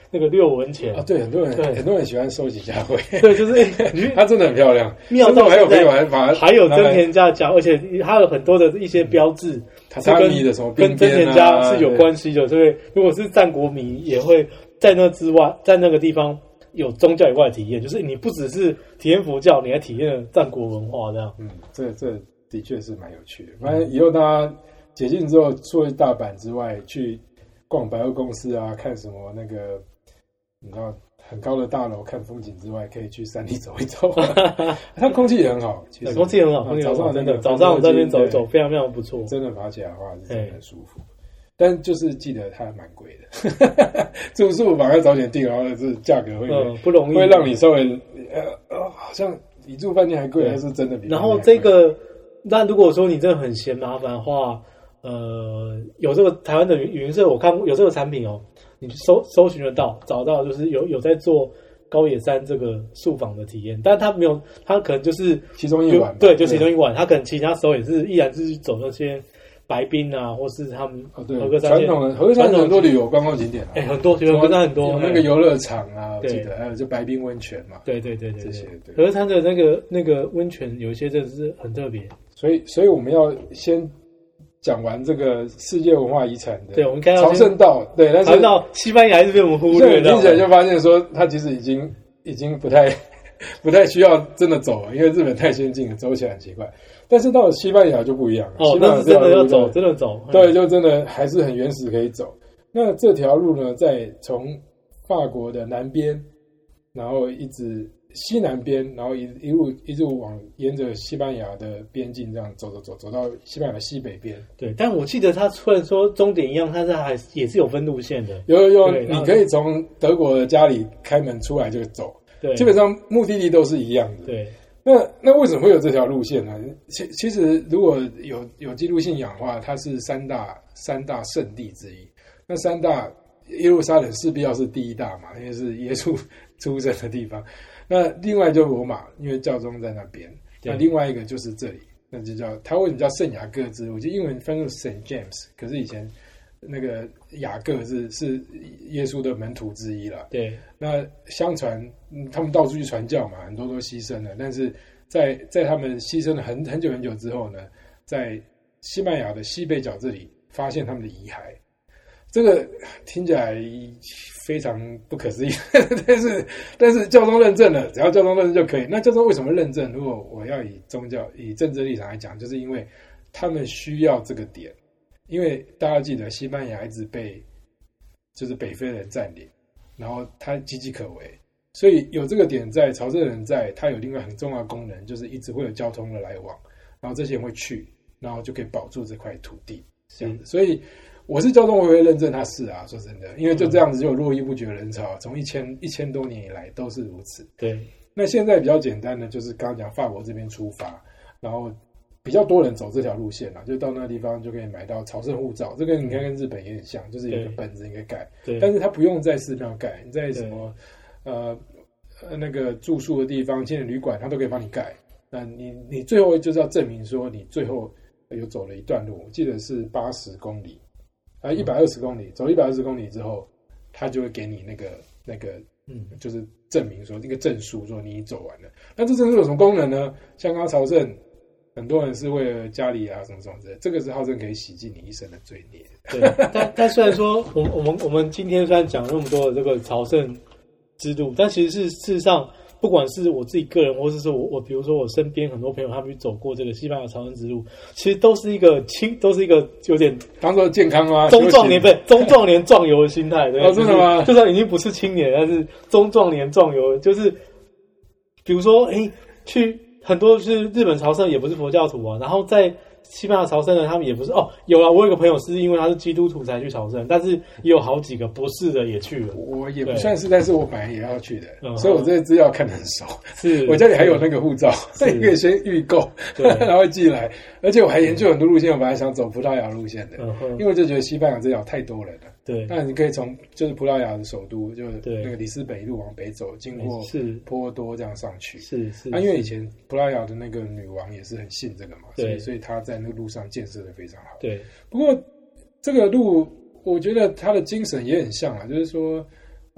[SPEAKER 2] 那个六文钱
[SPEAKER 1] 啊，对，很多人喜欢收集家徽，
[SPEAKER 2] 对，就是
[SPEAKER 1] 它真的很漂亮，
[SPEAKER 2] 妙到
[SPEAKER 1] 还有朋友还
[SPEAKER 2] 有真田家家，而且它有很多的一些标志，
[SPEAKER 1] 榻榻米的什么边边
[SPEAKER 2] 跟真田家是有关系的，所以如果是战国迷也会在那之外，在那个地方有宗教以外的体验，就是你不只是体验佛教，你还体验了战国文化这样。
[SPEAKER 1] 这的确是蛮有趣的。反正以后大家解禁之后，除了大阪之外，去逛百货公司啊，看什么那个你知道很高的大楼看风景之外，可以去山里走一走。它空气也很好，其实
[SPEAKER 2] 空气很好，早上真的早上在那边走一走，非常非常不错。
[SPEAKER 1] 真的爬起来的话是真的很舒服。但就是记得它蛮贵的，住宿反而早点订，然后这价格会
[SPEAKER 2] 不容易，
[SPEAKER 1] 会让你稍微好像比住饭店还贵，还是真的比。
[SPEAKER 2] 然后这个，那如果说你真的很嫌麻烦的话，有这个台湾的云社，我看过有这个产品哦，你搜寻得到，找到就是有在做高野山这个宿访的体验，但是他没有，他可能就是
[SPEAKER 1] 其中一晚，
[SPEAKER 2] 对，就其中一晚，他可能其他时候也是依然是走那些白滨啊，或是他们和歌山
[SPEAKER 1] 传统的和歌山很多旅游观光景点啊，
[SPEAKER 2] 很多和歌山很多
[SPEAKER 1] 有那个游乐场啊，我记得还有就白滨温泉嘛，
[SPEAKER 2] 对，这
[SPEAKER 1] 些
[SPEAKER 2] 和歌山的那个温泉有一些真的是很特别，
[SPEAKER 1] 所以我们要先讲完这个世界文化遗产的，
[SPEAKER 2] 对，我们看到
[SPEAKER 1] 朝圣道，对，但是
[SPEAKER 2] 到西班牙还是被我们忽略的，
[SPEAKER 1] 听起来就发现说它其实已经不太需要真的走了，因为日本太先进了，走起来很奇怪。但是到了西班牙就不一样了，
[SPEAKER 2] 那是真的要走，真的走，
[SPEAKER 1] 对，就真的还是很原始可以走。那这条路呢，在从法国的南边，然后一直西南边，然后一路沿着西班牙的边境这样走到西班牙的西北边。
[SPEAKER 2] 对，但我记得它虽然说终点一样，它是也是有分路线的。
[SPEAKER 1] 有，你可以从德国的家里开门出来就走，
[SPEAKER 2] 对，
[SPEAKER 1] 基本上目的地都是一样的。
[SPEAKER 2] 对。
[SPEAKER 1] 那为什么会有这条路线呢？其实如果有基督信仰的话，它是三大圣地之一。那三大耶路撒冷势必要是第一大嘛，因为是耶稣出生的地方。那另外就罗马，因为教宗在那边。那另外一个就是这里，那就叫它为什么叫圣雅各之路？我记得英文翻译是 Saint James， 可是以前那个雅各是耶稣的门徒之一啦。
[SPEAKER 2] 对，
[SPEAKER 1] 那相传他们到处去传教嘛，很多都牺牲了。但是在他们牺牲了很久很久之后呢，在西班牙的西北角这里发现他们的遗骸。这个听起来非常不可思议，但是教宗认证了，只要教宗认证就可以。那教宗为什么认证？如果我要以政治立场来讲，就是因为他们需要这个点。因为大家记得西班牙一直被就是北非人占领，然后它岌岌可危，所以有这个点在，朝圣人在，它有另外很重要的功能，就是一直会有交通的来往，然后这些人会去，然后就可以保住这块土地这样子。所以我是教宗，我也会认证它是啊，说真的，因为就这样子就有络绎不绝的人潮，从一千多年以来都是如此。
[SPEAKER 2] 对，
[SPEAKER 1] 那现在比较简单的就是刚刚讲法国这边出发，然后比较多人走这条路线啦，就到那个地方就可以买到朝圣护照，这个你看跟日本也很像，就是有个本子你可以盖，但是它不用在寺庙盖，你在什么那个住宿的地方、青年旅馆，它都可以帮你盖。那你最后就是要证明说你最后有走了一段路，我记得是80公里，120公里，走120公里之后，他就会给你那个就是证明说那个证书，说你走完了。那这证书有什么功能呢？像刚刚朝圣。很多人是为了家里啊什么什么之类，这个是号称可以洗净你一生的罪孽。
[SPEAKER 2] 对，但虽然说我们今天虽然讲那么多的这个朝圣之路，但其实事实上，不管是我自己个人，或是说我比如说我身边很多朋友他们去走过这个西班牙朝圣之路，其实都是一个有点
[SPEAKER 1] 当做健康啊，
[SPEAKER 2] 中壮年壮游的心态。对，
[SPEAKER 1] 真的吗？
[SPEAKER 2] 就算已经不是青年，但是中壮年壮游，就是比如说去。很多是日本朝圣，也不是佛教徒啊。然后在西班牙朝圣的，他们也不是有啊。我有个朋友是因为他是基督徒才去朝圣，但是也有好几个不是的也去了。
[SPEAKER 1] 我也不算是，但是我本来也要去的，所以我这些资料看得很熟。
[SPEAKER 2] 是
[SPEAKER 1] 我家里还有那个护照，你可以先预购，然后寄来。而且我还研究很多路线，我本来想走葡萄牙路线的，因为我就觉得西班牙这条太多人了。
[SPEAKER 2] 对，
[SPEAKER 1] 那你可以从就是葡萄牙的首都，就那个里斯本一路往北走，经过波多这样上去。
[SPEAKER 2] 是，
[SPEAKER 1] 因为以前葡萄牙的那个女王也是很信这个嘛，所以她在那个路上建设的非常好。
[SPEAKER 2] 对，
[SPEAKER 1] 不过这个路我觉得它的精神也很像啊，就是说，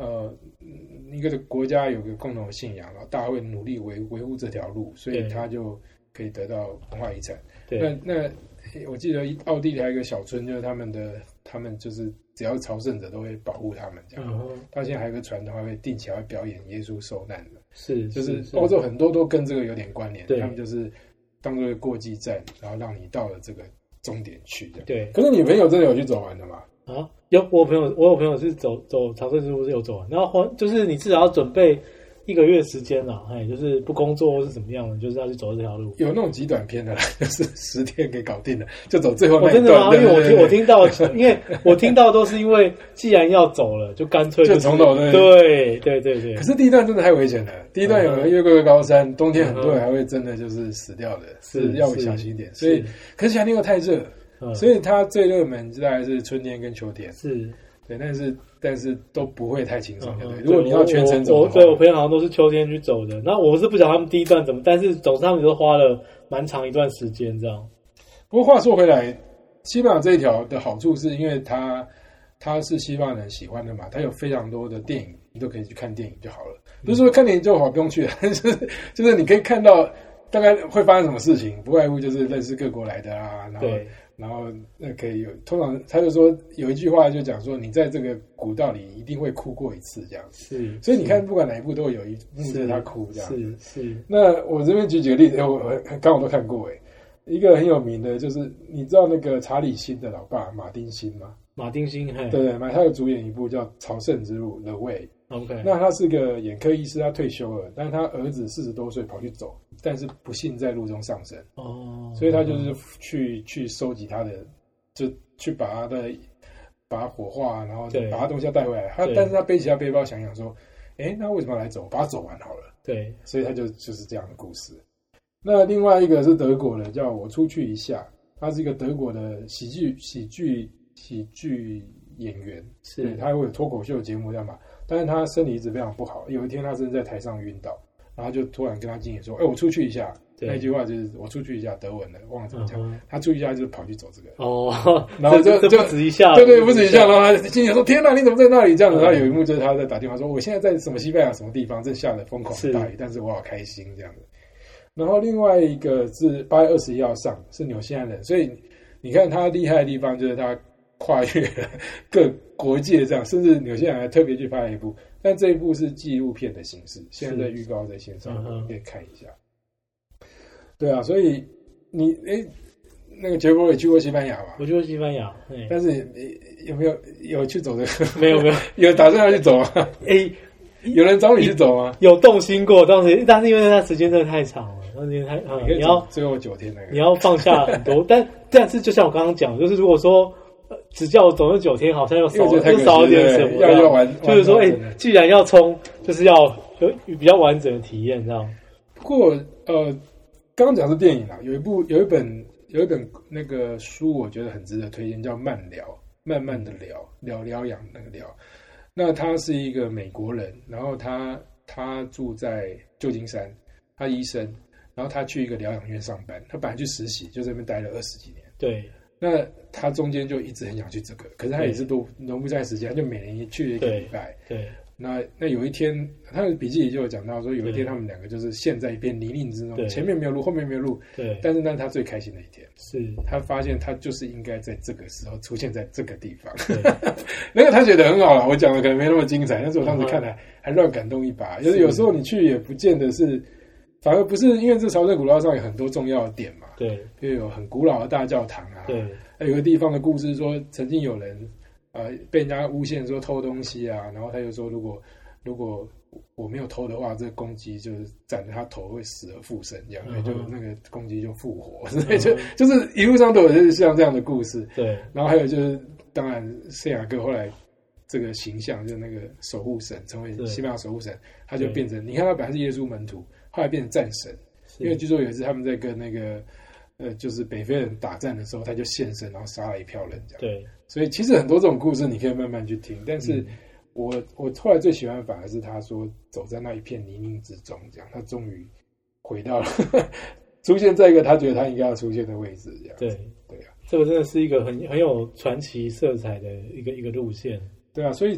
[SPEAKER 1] 一个国家有个共同的信仰，然后大家会努力维护这条路，所以他就可以得到文化遗产。那我记得奥地利还有一个小村，就是他们就是只要是朝圣者都会保护他们这样。到现在还有个传统，还会定期还会表演耶稣受难的。就是欧洲很多都跟这个有点关联，他们就是当作过继站，然后让你到了这个终点去的。
[SPEAKER 2] 对。
[SPEAKER 1] 可是你朋友真的有去走完的吗？
[SPEAKER 2] 啊，我有朋友是走朝圣之路是有走完，然后就是你至少要准备1个月时间啦，就是不工作或是怎么样的，就是要去走这条路。
[SPEAKER 1] 有那种极短篇的啦，就是10天可以搞定的，就走最后那一段。
[SPEAKER 2] 真的吗？因为我听到，因为我听到都是因为既然要走了，就干脆
[SPEAKER 1] 就从头
[SPEAKER 2] 对。可
[SPEAKER 1] 是第一段真的太危险了，第一段有人越过高山，冬天很多人还会真的就是死掉的，是要小心一点。所以，可是夏天又太热。所以它最热门大概是春天跟秋天，对，但是都不会太轻松，对。如果你要全程走的话，
[SPEAKER 2] 对，我朋友好像都是秋天去走的。那我是不晓得他们第一段怎么，但是总之他们都花了蛮长一段时间这样。
[SPEAKER 1] 不过话说回来，西班牙这一条的好处是因为它是西方人喜欢的嘛，它有非常多的电影，你都可以去看电影就好了。不是说看电影就好不用去了，就是你可以看到大概会发生什么事情，不外乎就是认识各国来的啊，然后那可以有，通常他就说有一句话就讲说，你在这个古道里一定会哭过一次这样子。所以你看不管哪一部都有一幕是他哭这样子。那我这边举几个例子，我刚好都看过一个很有名的就是你知道那个查理辛的老爸马丁辛吗？
[SPEAKER 2] 马丁辛，
[SPEAKER 1] 对，他有主演一部叫《朝圣之路》The Way。OK， 那他是个眼科医师，他退休了，但是他儿子40多岁跑去走，但是不幸在路中丧生。所以他就是去收集他的，就去把他火化，然后把他东西要带回来。但是他背起他背包，想说，那为什么要来走？把它走完好了。对，所以他就是这样的故事。那另外一个是德国的，叫我出去一下，他是一个德国的喜剧演员，对，他会有脱口秀节目这样嘛。但是他身体一直非常不好，有一天他真的在台上晕倒，然后就突然跟他经理说：“我出去一下。”那句话就是我出去一下，德文的，忘了怎么讲。他出去一下就是跑去走这个。然后就不止一下，对，不止一下。然后他经理说：“天哪，你怎么在那里？”这样子。他有一幕就是他在打电话说：“我现在在什么西班牙什么地方，正下了疯狂的大雨，但是我好开心。”这样子。然后另外一个是8月21号上，是纽西兰人，所以你看他厉害的地方就是他跨越了各国界这样，甚至纽西兰还特别去拍了一部，但这一部是纪录片的形式，现在预告在线上，你可以看一下。对啊，所以你那个杰佛也去过西班牙吧？
[SPEAKER 2] 我去过西班牙，
[SPEAKER 1] 但是有没有去走这个？
[SPEAKER 2] 没有，
[SPEAKER 1] 有打算要去走吗？有人找你去走吗？
[SPEAKER 2] 有动心过，但是因为它时间真的太长了，时间太
[SPEAKER 1] 你要最后9天那个，
[SPEAKER 2] 你要放下很多。但是就像我刚刚讲，就是如果说只叫我走那9天，好像又少一点什么。要玩，就是说，既然要冲，就是要有比较完整的体验，这样。
[SPEAKER 1] 不过刚刚讲是电影啦，有一本那个书，我觉得很值得推荐，叫《慢聊》，慢慢的疗养那个疗。那他是一个美国人，然后他住在旧金山，他医生，然后他去一个疗养院上班，他本来去实习，就在那边待了20几年。
[SPEAKER 2] 对，
[SPEAKER 1] 那他中间就一直很想去这个，可是他也是都容不在时间，他就每年去了1个礼拜。对。那有一天，他的笔记里就有讲到说，有一天他们两个就是陷在一片泥泞之中，前面没有路，后面没有路。对。但是那是他最开心的一天，是他发现他就是应该在这个时候出现在这个地方。那个他觉得很好啦，我讲的可能没那么精彩，但是我当时看来还让感动一把。就是有时候你去也不见得是，反而不是因为这朝圣古道上有很多重要的点嘛。对。就有很古老的大教堂啊。对。还有个地方的故事说，曾经有人。被人家诬陷说偷东西啊，然后他就说如果我没有偷的话，这个公鸡就是斩着他头会死而复生这样，所以就那个公鸡就复活，所以就是一路上都有就是像这样的故事。对，然后还有就是当然圣雅各后来这个形象就是那个守护神，成为西班牙守护神，他就变成你看他本来是耶稣门徒，后来变成战神，因为据说有一次他们在跟那个就是北非人打战的时候，他就现身，然后杀了一票人这样。对，所以其实很多这种故事你可以慢慢去听，但是我后来最喜欢反而是他说走在那一片泥泞之中，这样他终于回到了出现在一个他觉得他应该要出现的位置，这样。对对啊，
[SPEAKER 2] 这个真的是一个很有传奇色彩的一个路线。
[SPEAKER 1] 对啊，所以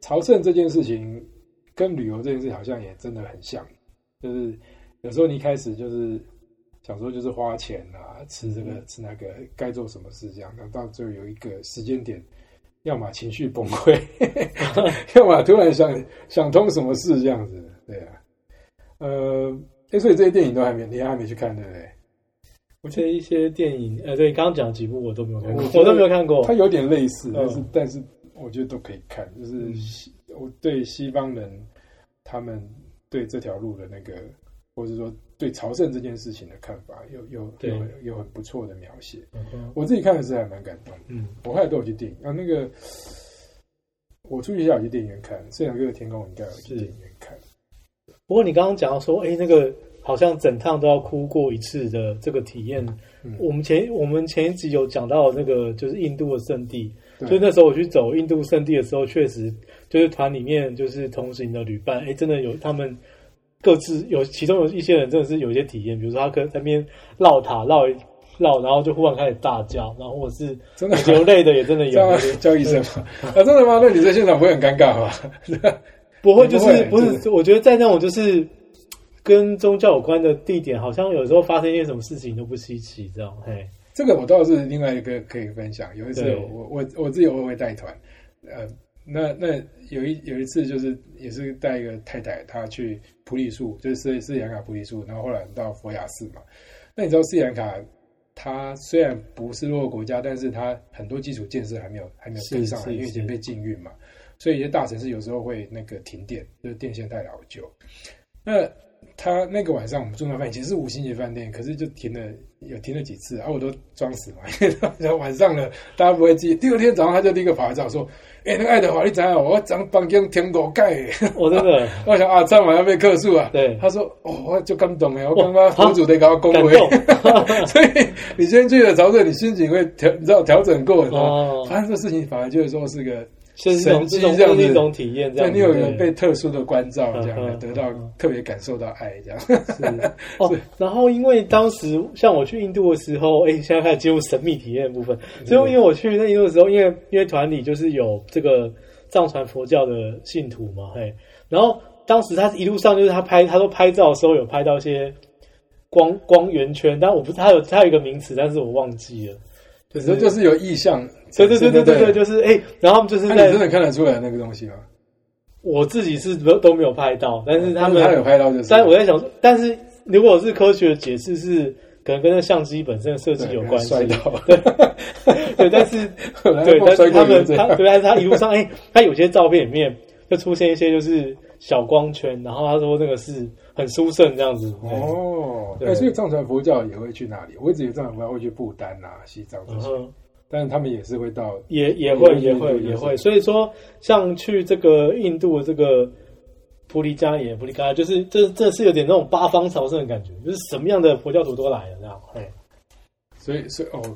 [SPEAKER 1] 朝圣这件事情跟旅游这件事好像也真的很像，就是有时候你一开始就是想说就是花钱啊，吃这个吃那个，该做什么事这样，那到最后有一个时间点，要么情绪崩溃，要么突然想通什么事这样子，对啊，所以这些电影你还没去看，对不对？
[SPEAKER 2] 我觉得一些电影，对，刚刚讲几部我都没有看过，我都没有看过。
[SPEAKER 1] 它有点类似，但是我觉得都可以看。就是我对西方人他们对这条路的那个，或者说对朝圣这件事情的看法，有很不错的描写。我自己看的时候还蛮感动。我后来都有去电影那个我出去下有去电影院看，《圣雅各的天空》应该有去电影院看。
[SPEAKER 2] 不过你刚刚讲到说，那个。好像整趟都要哭过一次的这个体验，我们前一集有讲到那个就是印度的圣地，就那时候我去走印度圣地的时候，确实就是团里面就是同行的旅伴，真的有他们各自有其中有一些人真的是有一些体验，比如说他可能在那边绕塔绕一绕，然后就忽然开始大叫，然后或者是真的流泪的也真的有，
[SPEAKER 1] 叫医生吗？真的吗？那你在现场不会很尴尬吗？
[SPEAKER 2] 不会，就是不是？我觉得在那种就是跟宗教有关的地点，好像有时候发生一些什么事情都不稀奇，这样。嘿，
[SPEAKER 1] 这个我倒是另外一个可以分享。有一次我自己偶尔会带团，那有一次就是也是带一个太太，她去普里树，就是斯里兰卡普里树，然后后来到佛雅寺嘛。那你知道斯里兰卡它虽然不是落后国家，但是它很多基础建设还没有跟上来，因为已经被禁运嘛，所以一些大城市有时候会那个停电，就是电线太老旧。那他那个晚上我们住那饭店其实是5星级饭店，可是就停了几次我都装死嘛，因为晚上了大家不会记。第二天早上他就立刻跑来找我说：“那个爱德华，你知道我整房间添狗盖。”我真的，我想差点要被客诉啊。对，他说：“我就感动我刚刚佛祖得给我恭维。”所以你先去了朝圣，你心情会调整过，发生这事情反而就是说是个。
[SPEAKER 2] 是一种体验，这样
[SPEAKER 1] 对你有一个被特殊的关照，这样得到特别感受到爱，这样是
[SPEAKER 2] 然后因为当时像我去印度的时候，现在开始进入神秘体验的部分。所以因为我去那印度的时候，因为团里就是有这个藏传佛教的信徒嘛，然后当时他一路上就是他说拍照的时候有拍到一些光圆圈，但我不是他有一个名词，但是我忘记了。
[SPEAKER 1] 就是有意象，
[SPEAKER 2] 对，就是然后就是
[SPEAKER 1] 你真的看得出来那个东西吗？
[SPEAKER 2] 我自己是都没有拍到，但是他
[SPEAKER 1] 有拍到就是。
[SPEAKER 2] 但我在想，但是如果是科学的解释是，可能跟那相机本身的设计有关系。
[SPEAKER 1] 摔到，
[SPEAKER 2] 对，但是但是但是他一路上，他有些照片里面就出现一些就是小光圈，然后他说那个是很殊胜这样子。
[SPEAKER 1] 所以藏传佛教也会去哪里？我一直以为藏传佛教会去不丹啊、西藏这些，但是他们也是会到，
[SPEAKER 2] 也会。所以说，像去这个印度的这个普利伽耶、就是这是有点那种八方朝圣的感觉，就是什么样的佛教徒都来了这样。
[SPEAKER 1] 所以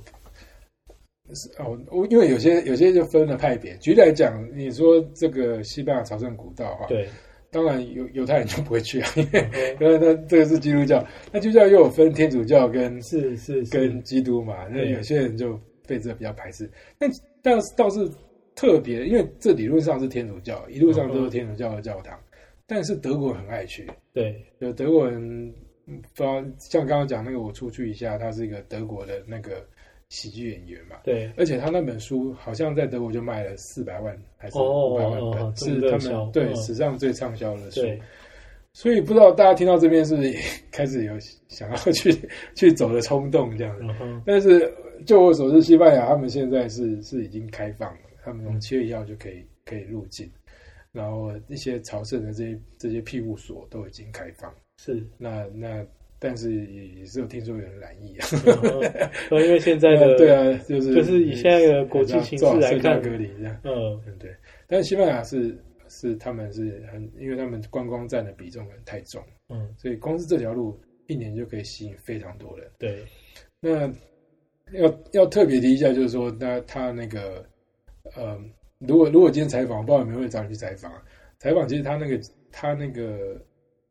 [SPEAKER 1] 因为有些就分了派别。举例来讲，你说这个西班牙朝圣古道对。当然犹太人就不会去因为那这个是基督教，那基督教又有分天主教跟跟基督嘛，那有些人就对这比较排斥。但是倒是特别，因为这理论上是天主教，一路上都是天主教的教堂，但是德国人很爱去。对，有德国人不知道像刚刚讲那个我出去一下，他是一个德国的那个喜剧演员嘛，对，而且他那本书好像在德国就卖了400万还是500万本，是他们史上最畅销的书。所以不知道大家听到这边是不是也开始有想要去走的冲动这样子？但是就我所知，西班牙他们现在是已经开放了，他们从7月1号就可以入境，然后一些朝圣的这些庇护所都已经开放。是那。但是也是有听说有人染疫
[SPEAKER 2] 因为现在的
[SPEAKER 1] 对啊，就是
[SPEAKER 2] 以现在的国际形势来看，
[SPEAKER 1] 隔离这样，对。但是西班牙是他们是因为他们观光占的比重太重，所以光是这条路1年就可以吸引非常多人。对，那要特别提一下，就是说，他那个如果今天采访，不知道有没有人会找你去采访。采访其实他那个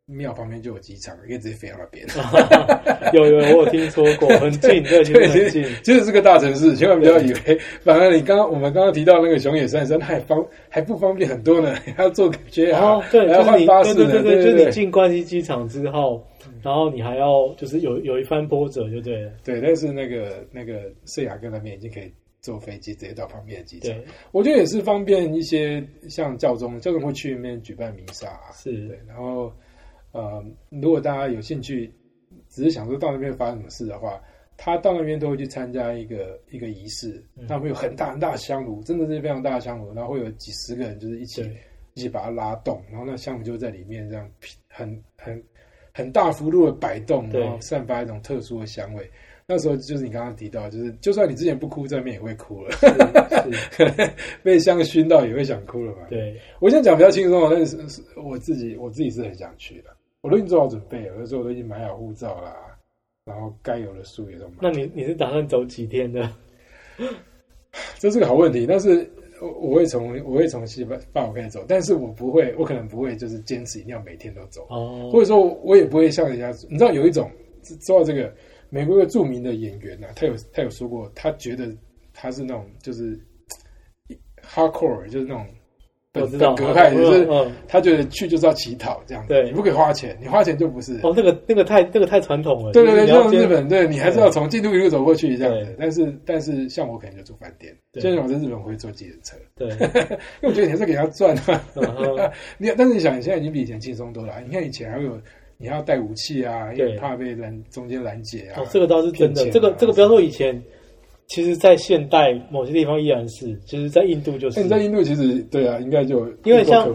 [SPEAKER 1] 庙旁边就有机场，可以直接飞到那边。
[SPEAKER 2] 有我有听说过，很近，对，其实很近。
[SPEAKER 1] 其实是个大城市，千万不要以为。反而我们刚刚提到那个熊野三山，还不方便很多呢，还要坐JR，
[SPEAKER 2] 对，
[SPEAKER 1] 还要换巴士呢。
[SPEAKER 2] 对，就是你进关西机场之后，然后你还要就是有一番波折，就对了。
[SPEAKER 1] 对，但是那个圣雅各那边已经可以坐飞机直接到旁边的机场，我觉得也是方便一些，像教宗会去那边举办弥撒，
[SPEAKER 2] 是
[SPEAKER 1] 对，然后如果大家有兴趣，只是想说到那边发生什么事的话，他到那边都会去参加一个仪式，他会有很大很大的香炉，真的是非常大的香炉，然后会有几十个人就是一起把它拉动，然后那香炉就在里面这样很大幅度的摆动，然后散发一种特殊的香味。那时候就是你刚刚提到，就是就算你之前不哭，在那边也会哭了，是被香熏到也会想哭了嘛。
[SPEAKER 2] 对，
[SPEAKER 1] 我现在讲比较轻松，但是我自己是很想去的，我都已经做好准备了，有的时候我都已经买好护照啦，然后该有的书也都买。
[SPEAKER 2] 那你是打算走几天的？
[SPEAKER 1] 这是个好问题，但是我会从西法国开始走，但是我可能不会就是坚持一定要每天都走，或者说我也不会像人家，你知道有一种说到这个。美国一个著名的演员他有说过，他觉得他是那种就是 hardcore， 就是那种本格派，就是他觉得去就是要乞讨这样子，你不可以花钱，你花钱就不是。
[SPEAKER 2] 那个太传统了。
[SPEAKER 1] 对，就像日本，对你还是要从京都一路走过去这样子。但是像我可能就住饭店，现在我在日本我会坐计程车，对，因为我觉得你还是给他赚啊。但是你想，你现在已经比以前轻松多了。你看以前还会有。你还要带武器啊，因为怕被中间拦截啊。
[SPEAKER 2] 这个倒是真的。这个不要说以前，其实，在现代某些地方依然是，就是在印度就是。
[SPEAKER 1] 你在印度其实对啊，应该就
[SPEAKER 2] 因为像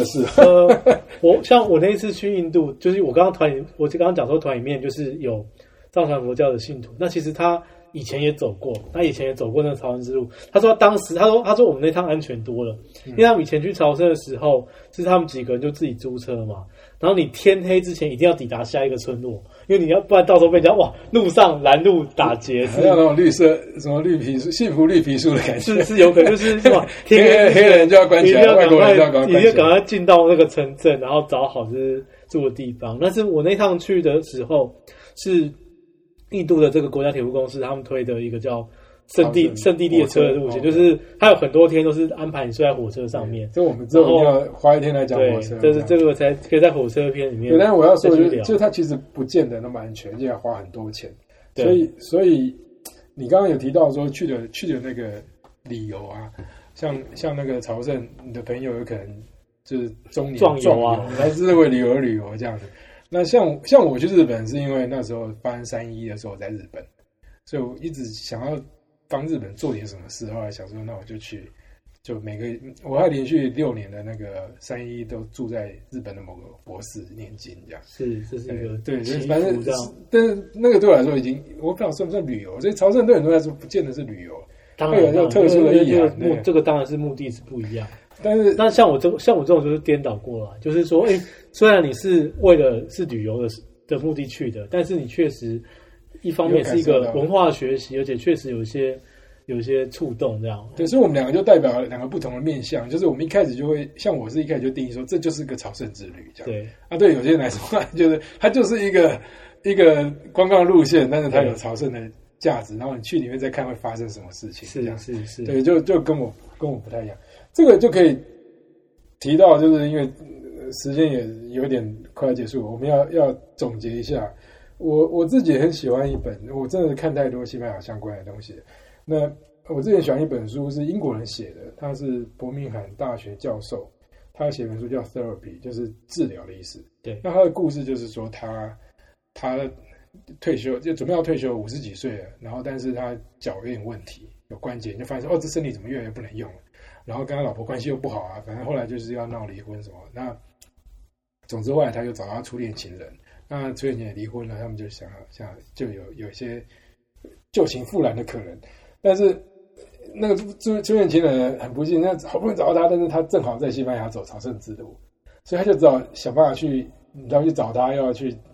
[SPEAKER 2] 我那一次去印度，就是我刚刚讲说团里面就是有藏传佛教的信徒，那其实他以前也走过那个朝圣之路。他说他说我们那趟安全多了，因为他们以前去朝圣的时候，是他们几个人就自己租车嘛。然后你天黑之前一定要抵达下一个村落，因为不然到时候被人家路上拦路打劫，
[SPEAKER 1] 是那种绿色什么绿皮书、幸福绿皮书的感觉，
[SPEAKER 2] 是有可能就是什么
[SPEAKER 1] 天黑人就要关起来，外国人就要赶
[SPEAKER 2] 快进到那个城镇，然后找好就是住的地方。但是我那趟去的时候是印度的这个国家铁路公司他们推的一个叫圣地列车的路线，就是它有很多天都是安排你睡在火车上面。
[SPEAKER 1] 这我们之后一定要花一天来讲火车。
[SPEAKER 2] 就是这个才可以在火车篇里面。
[SPEAKER 1] 对，但是我要说就是它其实不见得那么安全，而且要花很多钱。所以你刚刚有提到说去的那个理由啊，像那个朝圣，你的朋友有可能就是中年
[SPEAKER 2] 壮游啊，
[SPEAKER 1] 来自为旅游这样子。那像我去日本是因为那时候发生311的时候我在日本，所以我一直想要帮日本做点什么事，后来想说，那我就去，就我还连续6年的那个311都住在日本的某个博士念经，这样。
[SPEAKER 2] 是，这是一个
[SPEAKER 1] 对，反正但是那个对我来说已经，我不知道算不算旅游，所以朝圣对很多人来说不见得是旅游，
[SPEAKER 2] 当然
[SPEAKER 1] 有特殊的意涵。
[SPEAKER 2] 这个当然是目的是不一样。
[SPEAKER 1] 但
[SPEAKER 2] 像我这种就是颠倒过来，就是说，虽然你是为了是旅游的目的去的，但是你确实。一方面是一个文化学习，而且确实有一些触动这样。
[SPEAKER 1] 对，所以我们两个就代表了2个不同的面向，就是我们一开始就会，像我是一开始就定义说，这就是个朝圣之旅这样。
[SPEAKER 2] 对啊，
[SPEAKER 1] 对有些人来说，就是它就是一个观光路线，但是它有朝圣的价值，然后你去里面再看会发生什么事情。
[SPEAKER 2] 是，
[SPEAKER 1] 对，就跟我不太一样。这个就可以提到，就是因为时间也有点快要结束，我们要总结一下。我自己也很喜欢一本，我真的看太多西班牙相关的东西。那我之前喜欢一本书是英国人写的，他是伯明翰大学教授，他写本书叫 Therapy， 就是治疗的意思。
[SPEAKER 2] 对，
[SPEAKER 1] 那他的故事就是说他退休就准备要退休，50几岁了，然后但是他脚有点问题，有关节，就发现说这身体怎么越来越不能用了，然后跟他老婆关系又不好啊，反正后来就是要闹离婚什么。那总之后来他就找他初恋情人。那初恋情人离婚了，他们就想就有一些旧情复燃的可能，但是那个初恋情人很不幸，那好不容易找到他，但是他正好在西班牙走朝圣之路，所以他就只好想办法去，你要去找他，要去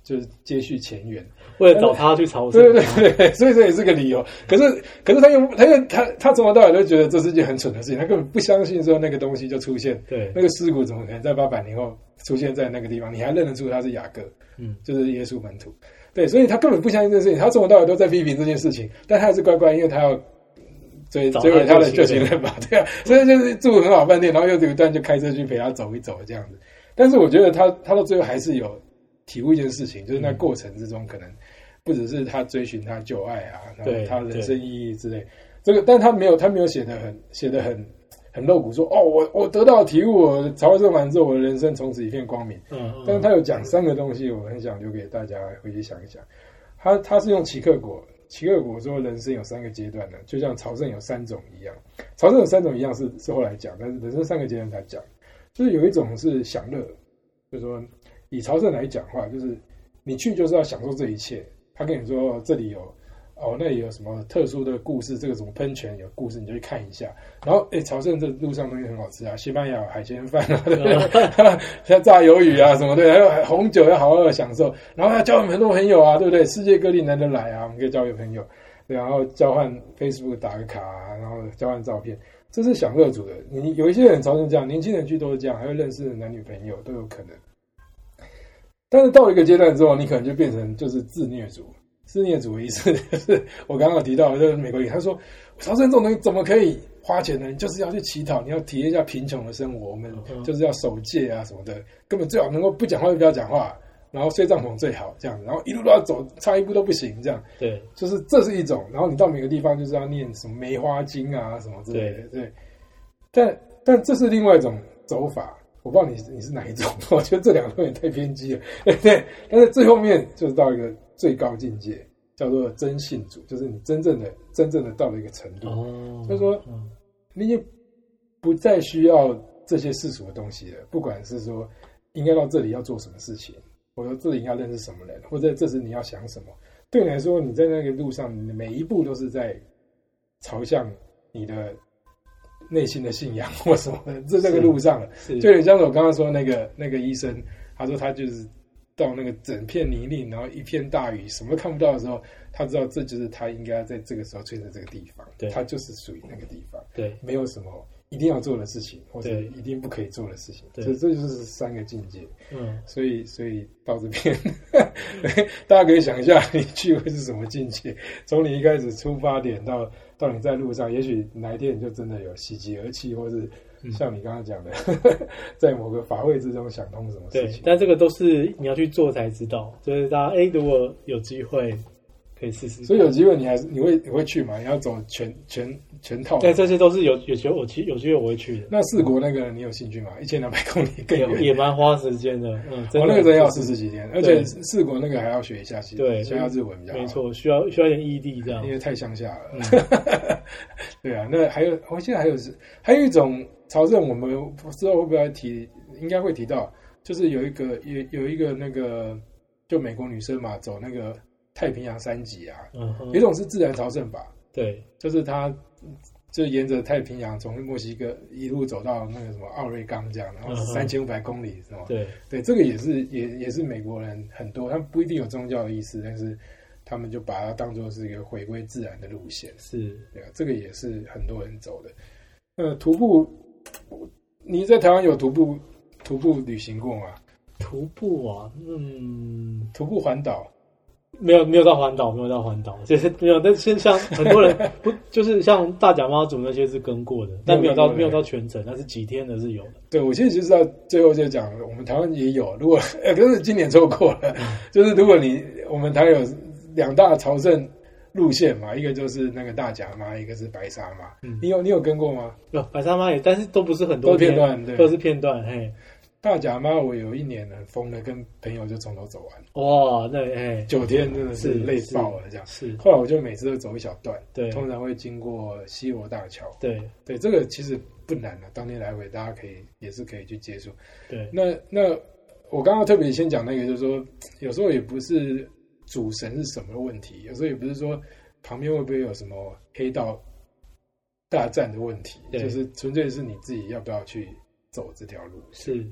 [SPEAKER 1] 就是接续前缘，
[SPEAKER 2] 为了找他去朝圣。
[SPEAKER 1] 对，所以这也是个理由。可是他从头到尾都觉得这是件很蠢的事情，他根本不相信说那个东西就出现。
[SPEAKER 2] 对，
[SPEAKER 1] 那个尸骨怎么可能在800年后出现在那个地方？你还认得出他是雅各？就是耶稣门徒。对，所以他根本不相信这件事情，他从头到尾都在批评这件事情，但他还是乖乖，因为他要追回他的旧情人嘛，对啊，所以就是住很好饭店，然后又有一段就开车去陪他走一走这样子。但是我觉得他到最后还是有体悟一件事情，就是那过程之中可能不只是他追寻他旧爱啊，然后他人生意义之类，这个，但他没有写得很露骨说我得到体悟，我朝圣完之后我的人生从此一片光明。但是他有讲3个东西，我很想留给大家回去想一想。他是用齐克果说人生有3个阶段的，就像朝圣有3种一样。朝圣有3种一样是后来讲，但是人生3个阶段才讲。就是有一种是享乐，就是说以朝圣来讲话，就是你去就是要享受这一切。他跟你说这里有那里有什么特殊的故事，这个什么喷泉有故事，你就去看一下。然后朝圣这路上东西很好吃啊，西班牙有海鲜饭啊，对不对？像炸鱿鱼啊什么的，还有红酒要好好的享受。然后要交很多朋友啊，对不对？世界各地难得来啊，我们可以交个朋友，对，然后交换 Facebook 打个卡啊，然后交换照片。这是享乐组的，你有一些人朝圣这样，年轻人去都是这样，还会认识男女朋友都有可能。但是到一个阶段之后，你可能就变成就是自虐组。自虐组的意思就是我刚刚有提到的，就是美国人他说朝圣这种东西怎么可以花钱呢？你就是要去乞讨，你要体验一下贫穷的生活，我们就是要守戒啊什么的，根本最好能够不讲话就不要讲话。然后睡帐篷最好这样子，然后一路都要走，差一步都不行这样。
[SPEAKER 2] 对，
[SPEAKER 1] 就是这是一种。然后你到每个地方就是要念什么梅花经啊什么之类的，对。但这是另外一种走法，我不知道你是哪一种，我觉得这2个有点太偏激了，对。但是最后面就是到一个最高境界，叫做真信主，就是你真正的到了一个程度，就是说你也不再需要这些世俗的东西了，不管是说应该到这里要做什么事情。或者这里应该认识什么人，或者这时你要想什么？对你来说，你在那个路上，你的每一步都是在朝向你的内心的信仰或什么的，这个路上了。就有点像我刚刚说那个医生，他说他就是到那个整片泥泞，然后一片大雨，什么都看不到的时候，他知道这就是他应该在这个时候出现在这个地方，他就是属于那个地方，对，没有什么一定要做的事情，或者一定不可以做的事情，这就是3个境界。所以到这边，大家可以想一下，你去会是什么境界？从你一开始出发点到你在路上，也许哪一天你就真的有喜极而泣，或是像你刚刚讲的，在某个法会之中想通什么事情。
[SPEAKER 2] 对，但这个都是你要去做才知道。就是大家如果有机会可以试试。
[SPEAKER 1] 所以有机会你会去吗？你要走全套？
[SPEAKER 2] 对，这些都是有机会我会去的。
[SPEAKER 1] 那4国那个你有兴趣吗？1200公里更远，
[SPEAKER 2] 也蛮花时间的。
[SPEAKER 1] 那个真要40几天，而且4国那个还要学一下对，学一下日文比较好。
[SPEAKER 2] 没错，需要一点异地这样，
[SPEAKER 1] 因为太乡下了。对啊，那还有，我记得还有一种朝圣，我们不知道会不会提，应该会提到，就是有一个那个就美国女生嘛，走那个太平洋3极啊，有一种是自然朝圣法，对，就是她就沿着太平洋从墨西哥一路走到那个什么奥瑞冈这样，然后3500公里是吗？对，这个也是美国人很多，他们不一定有宗教的意思，但是他们就把它当作是一个回归自然的路线，是，对啊，这个也是很多人走的。徒步，你在台湾有徒步旅行过吗？
[SPEAKER 2] 徒步啊，
[SPEAKER 1] 徒步环岛。
[SPEAKER 2] 没有到环岛，就是没有。但是像很多人不就是像大甲妈祖那些是跟过的，但没有到全程，但是几天的是有的。
[SPEAKER 1] 对，我其实就是要最后就讲，我们台湾也有，如果可是今年错过了，就是如果我们台湾有2大朝圣路线嘛，一个就是那个大甲妈，一个是白沙妈。你有跟过吗？
[SPEAKER 2] 有，白沙妈也，但是都不是很多
[SPEAKER 1] 片段，对，
[SPEAKER 2] 都是片段，嘿。
[SPEAKER 1] 大甲妈，我有1年很疯的，跟朋友就从头走完。
[SPEAKER 2] 哇，那
[SPEAKER 1] 9天真的是累爆了，这样。是。后来我就每次都走一小段，对，通常会经过西螺大桥。对，这个其实不难的，当天来回大家也是可以去接触。对，那我刚刚特别先讲那个，就是说有时候也不是主神是什么问题，有时候也不是说旁边会不会有什么黑道大战的问题，就是纯粹是你自己要不要去走这条路。是，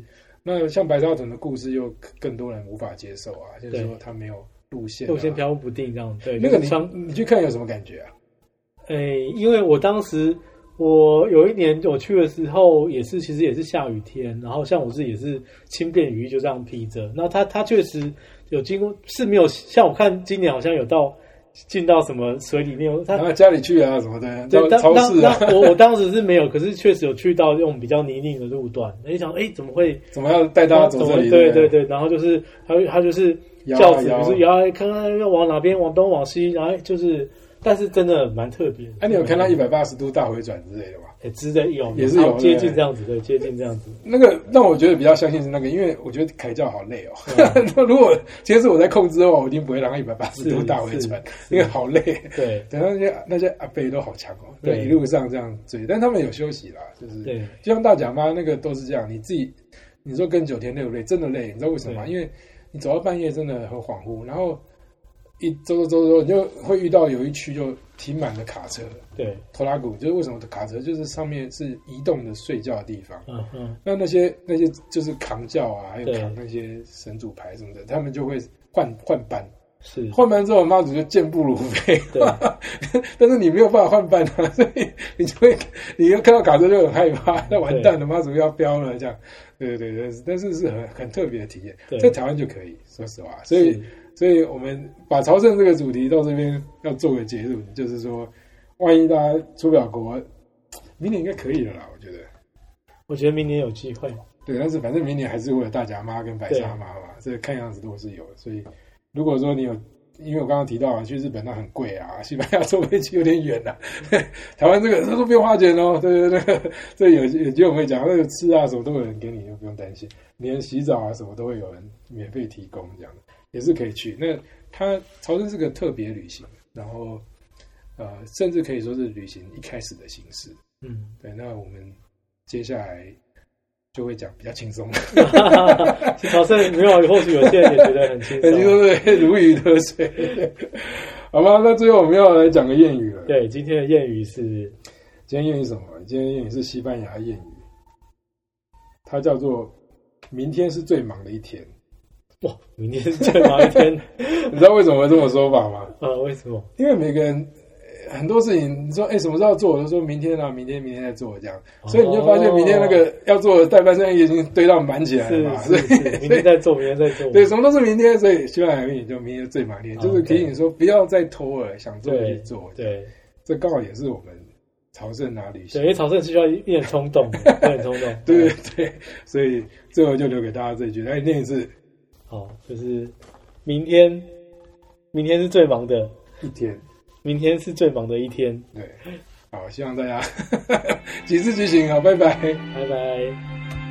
[SPEAKER 1] 那像白沙屯的故事又更多人无法接受啊，就是说他没有路线
[SPEAKER 2] 飘忽不定这样。对，
[SPEAKER 1] 那个你去看有什么感觉啊？
[SPEAKER 2] 因为我当时我有一年我去的时候其实也是下雨天，然后像我自己也是轻便雨衣就这样披着，那它确实有经过是没有像我看今年好像有进到什么水里面，
[SPEAKER 1] 然后家里去啊什么的，
[SPEAKER 2] 对，
[SPEAKER 1] 超市啊。
[SPEAKER 2] 我当时是没有，可是确实有去到用比较泥泞的路段。你想，怎么
[SPEAKER 1] 要带大家走这里？
[SPEAKER 2] 对，然后就是他就是轿子，不是摇来看看要往哪边，往东往西，然后就是，但是真的蛮特别的。
[SPEAKER 1] 你有看到180度大回转之类的吗？
[SPEAKER 2] 之类有，
[SPEAKER 1] 也是有
[SPEAKER 2] 接近这样子，对，接近这样子。
[SPEAKER 1] 那个让我觉得比较相信是那个，因为我觉得凯教好累哦。如果今天是我在控制的话，我一定不会让它180度大回转，因为好累。
[SPEAKER 2] 对，
[SPEAKER 1] 等那些阿伯都好强哦，对，一路上这样追，但他们有休息啦，就是
[SPEAKER 2] 对，
[SPEAKER 1] 就像大甲妈那个都是这样，你说跟9天累不累？真的累，你知道为什么吗？因为你走到半夜真的很恍惚，然后一走，你就会遇到有一区就停满了卡车。
[SPEAKER 2] 对，
[SPEAKER 1] 拖拉古就是为什么卡车就是上面是移动的睡觉的地方。那些就是扛轿啊，还有扛那些神主牌什么的，他们就会换班。
[SPEAKER 2] 是
[SPEAKER 1] 换班之后，妈祖就健步如飞。对，但是你没有办法换班啊，所以你要看到卡车就很害怕，那完蛋了，妈祖要飙了这样。对，但是是很特别的体验，在台湾就可以，说实话。所以我们把朝圣这个主题到这边要做个结论，就是说，万一大家出不了国，明年应该可以了啦，我觉得
[SPEAKER 2] 明年有机会。
[SPEAKER 1] 对，但是反正明年还是会有大甲妈跟白沙妈嘛，这看样子都是有的。所以如果说你有，因为我刚刚提到啊，去日本那很贵啊，西班牙坐飞机有点远啊，台湾这个都不用花钱哦。对，这有机会我会讲，那个吃啊什么都有人给你，就不用担心，连洗澡啊什么都会有人免费提供，这样也是可以去。那它朝圣是个特别旅行，然后甚至可以说是旅行一开始的形式。对，那我们接下来就会讲比较轻松。
[SPEAKER 2] 朝圣没有，或许有些人也觉得很轻松，
[SPEAKER 1] 对，如鱼得水。好吧，那最后我们要来讲个谚语了。
[SPEAKER 2] 对，今天的谚语是，
[SPEAKER 1] 今天谚语什么？今天谚语是西班牙谚语，它叫做“明天是最忙的一天”。
[SPEAKER 2] 哇，明天是最忙的一天，
[SPEAKER 1] 你知道为什么会这么说法吗？
[SPEAKER 2] 为什么？
[SPEAKER 1] 因为每个人很多事情，你说什么时候要做，我就说明天啊，明天再做这样，所以你就发现明天那个要做的代办事项已经堆到满起来了嘛。
[SPEAKER 2] 所以明天再做，明天再做。
[SPEAKER 1] 对，什么都是明天，所以西班牙谚语就明天最忙的一天，就是提醒你说不要再拖了，想做就去做。
[SPEAKER 2] 对，
[SPEAKER 1] 这刚好也是我们朝圣旅行。
[SPEAKER 2] 对，因为朝圣是需要一点冲动，
[SPEAKER 1] 对，所以最后就留给大家这一句，来念一次。
[SPEAKER 2] 好，就是明天是最忙的
[SPEAKER 1] 一天，
[SPEAKER 2] 明天是最忙的一天。
[SPEAKER 1] 对，好，希望大家即事即行，好，拜拜，
[SPEAKER 2] 拜拜。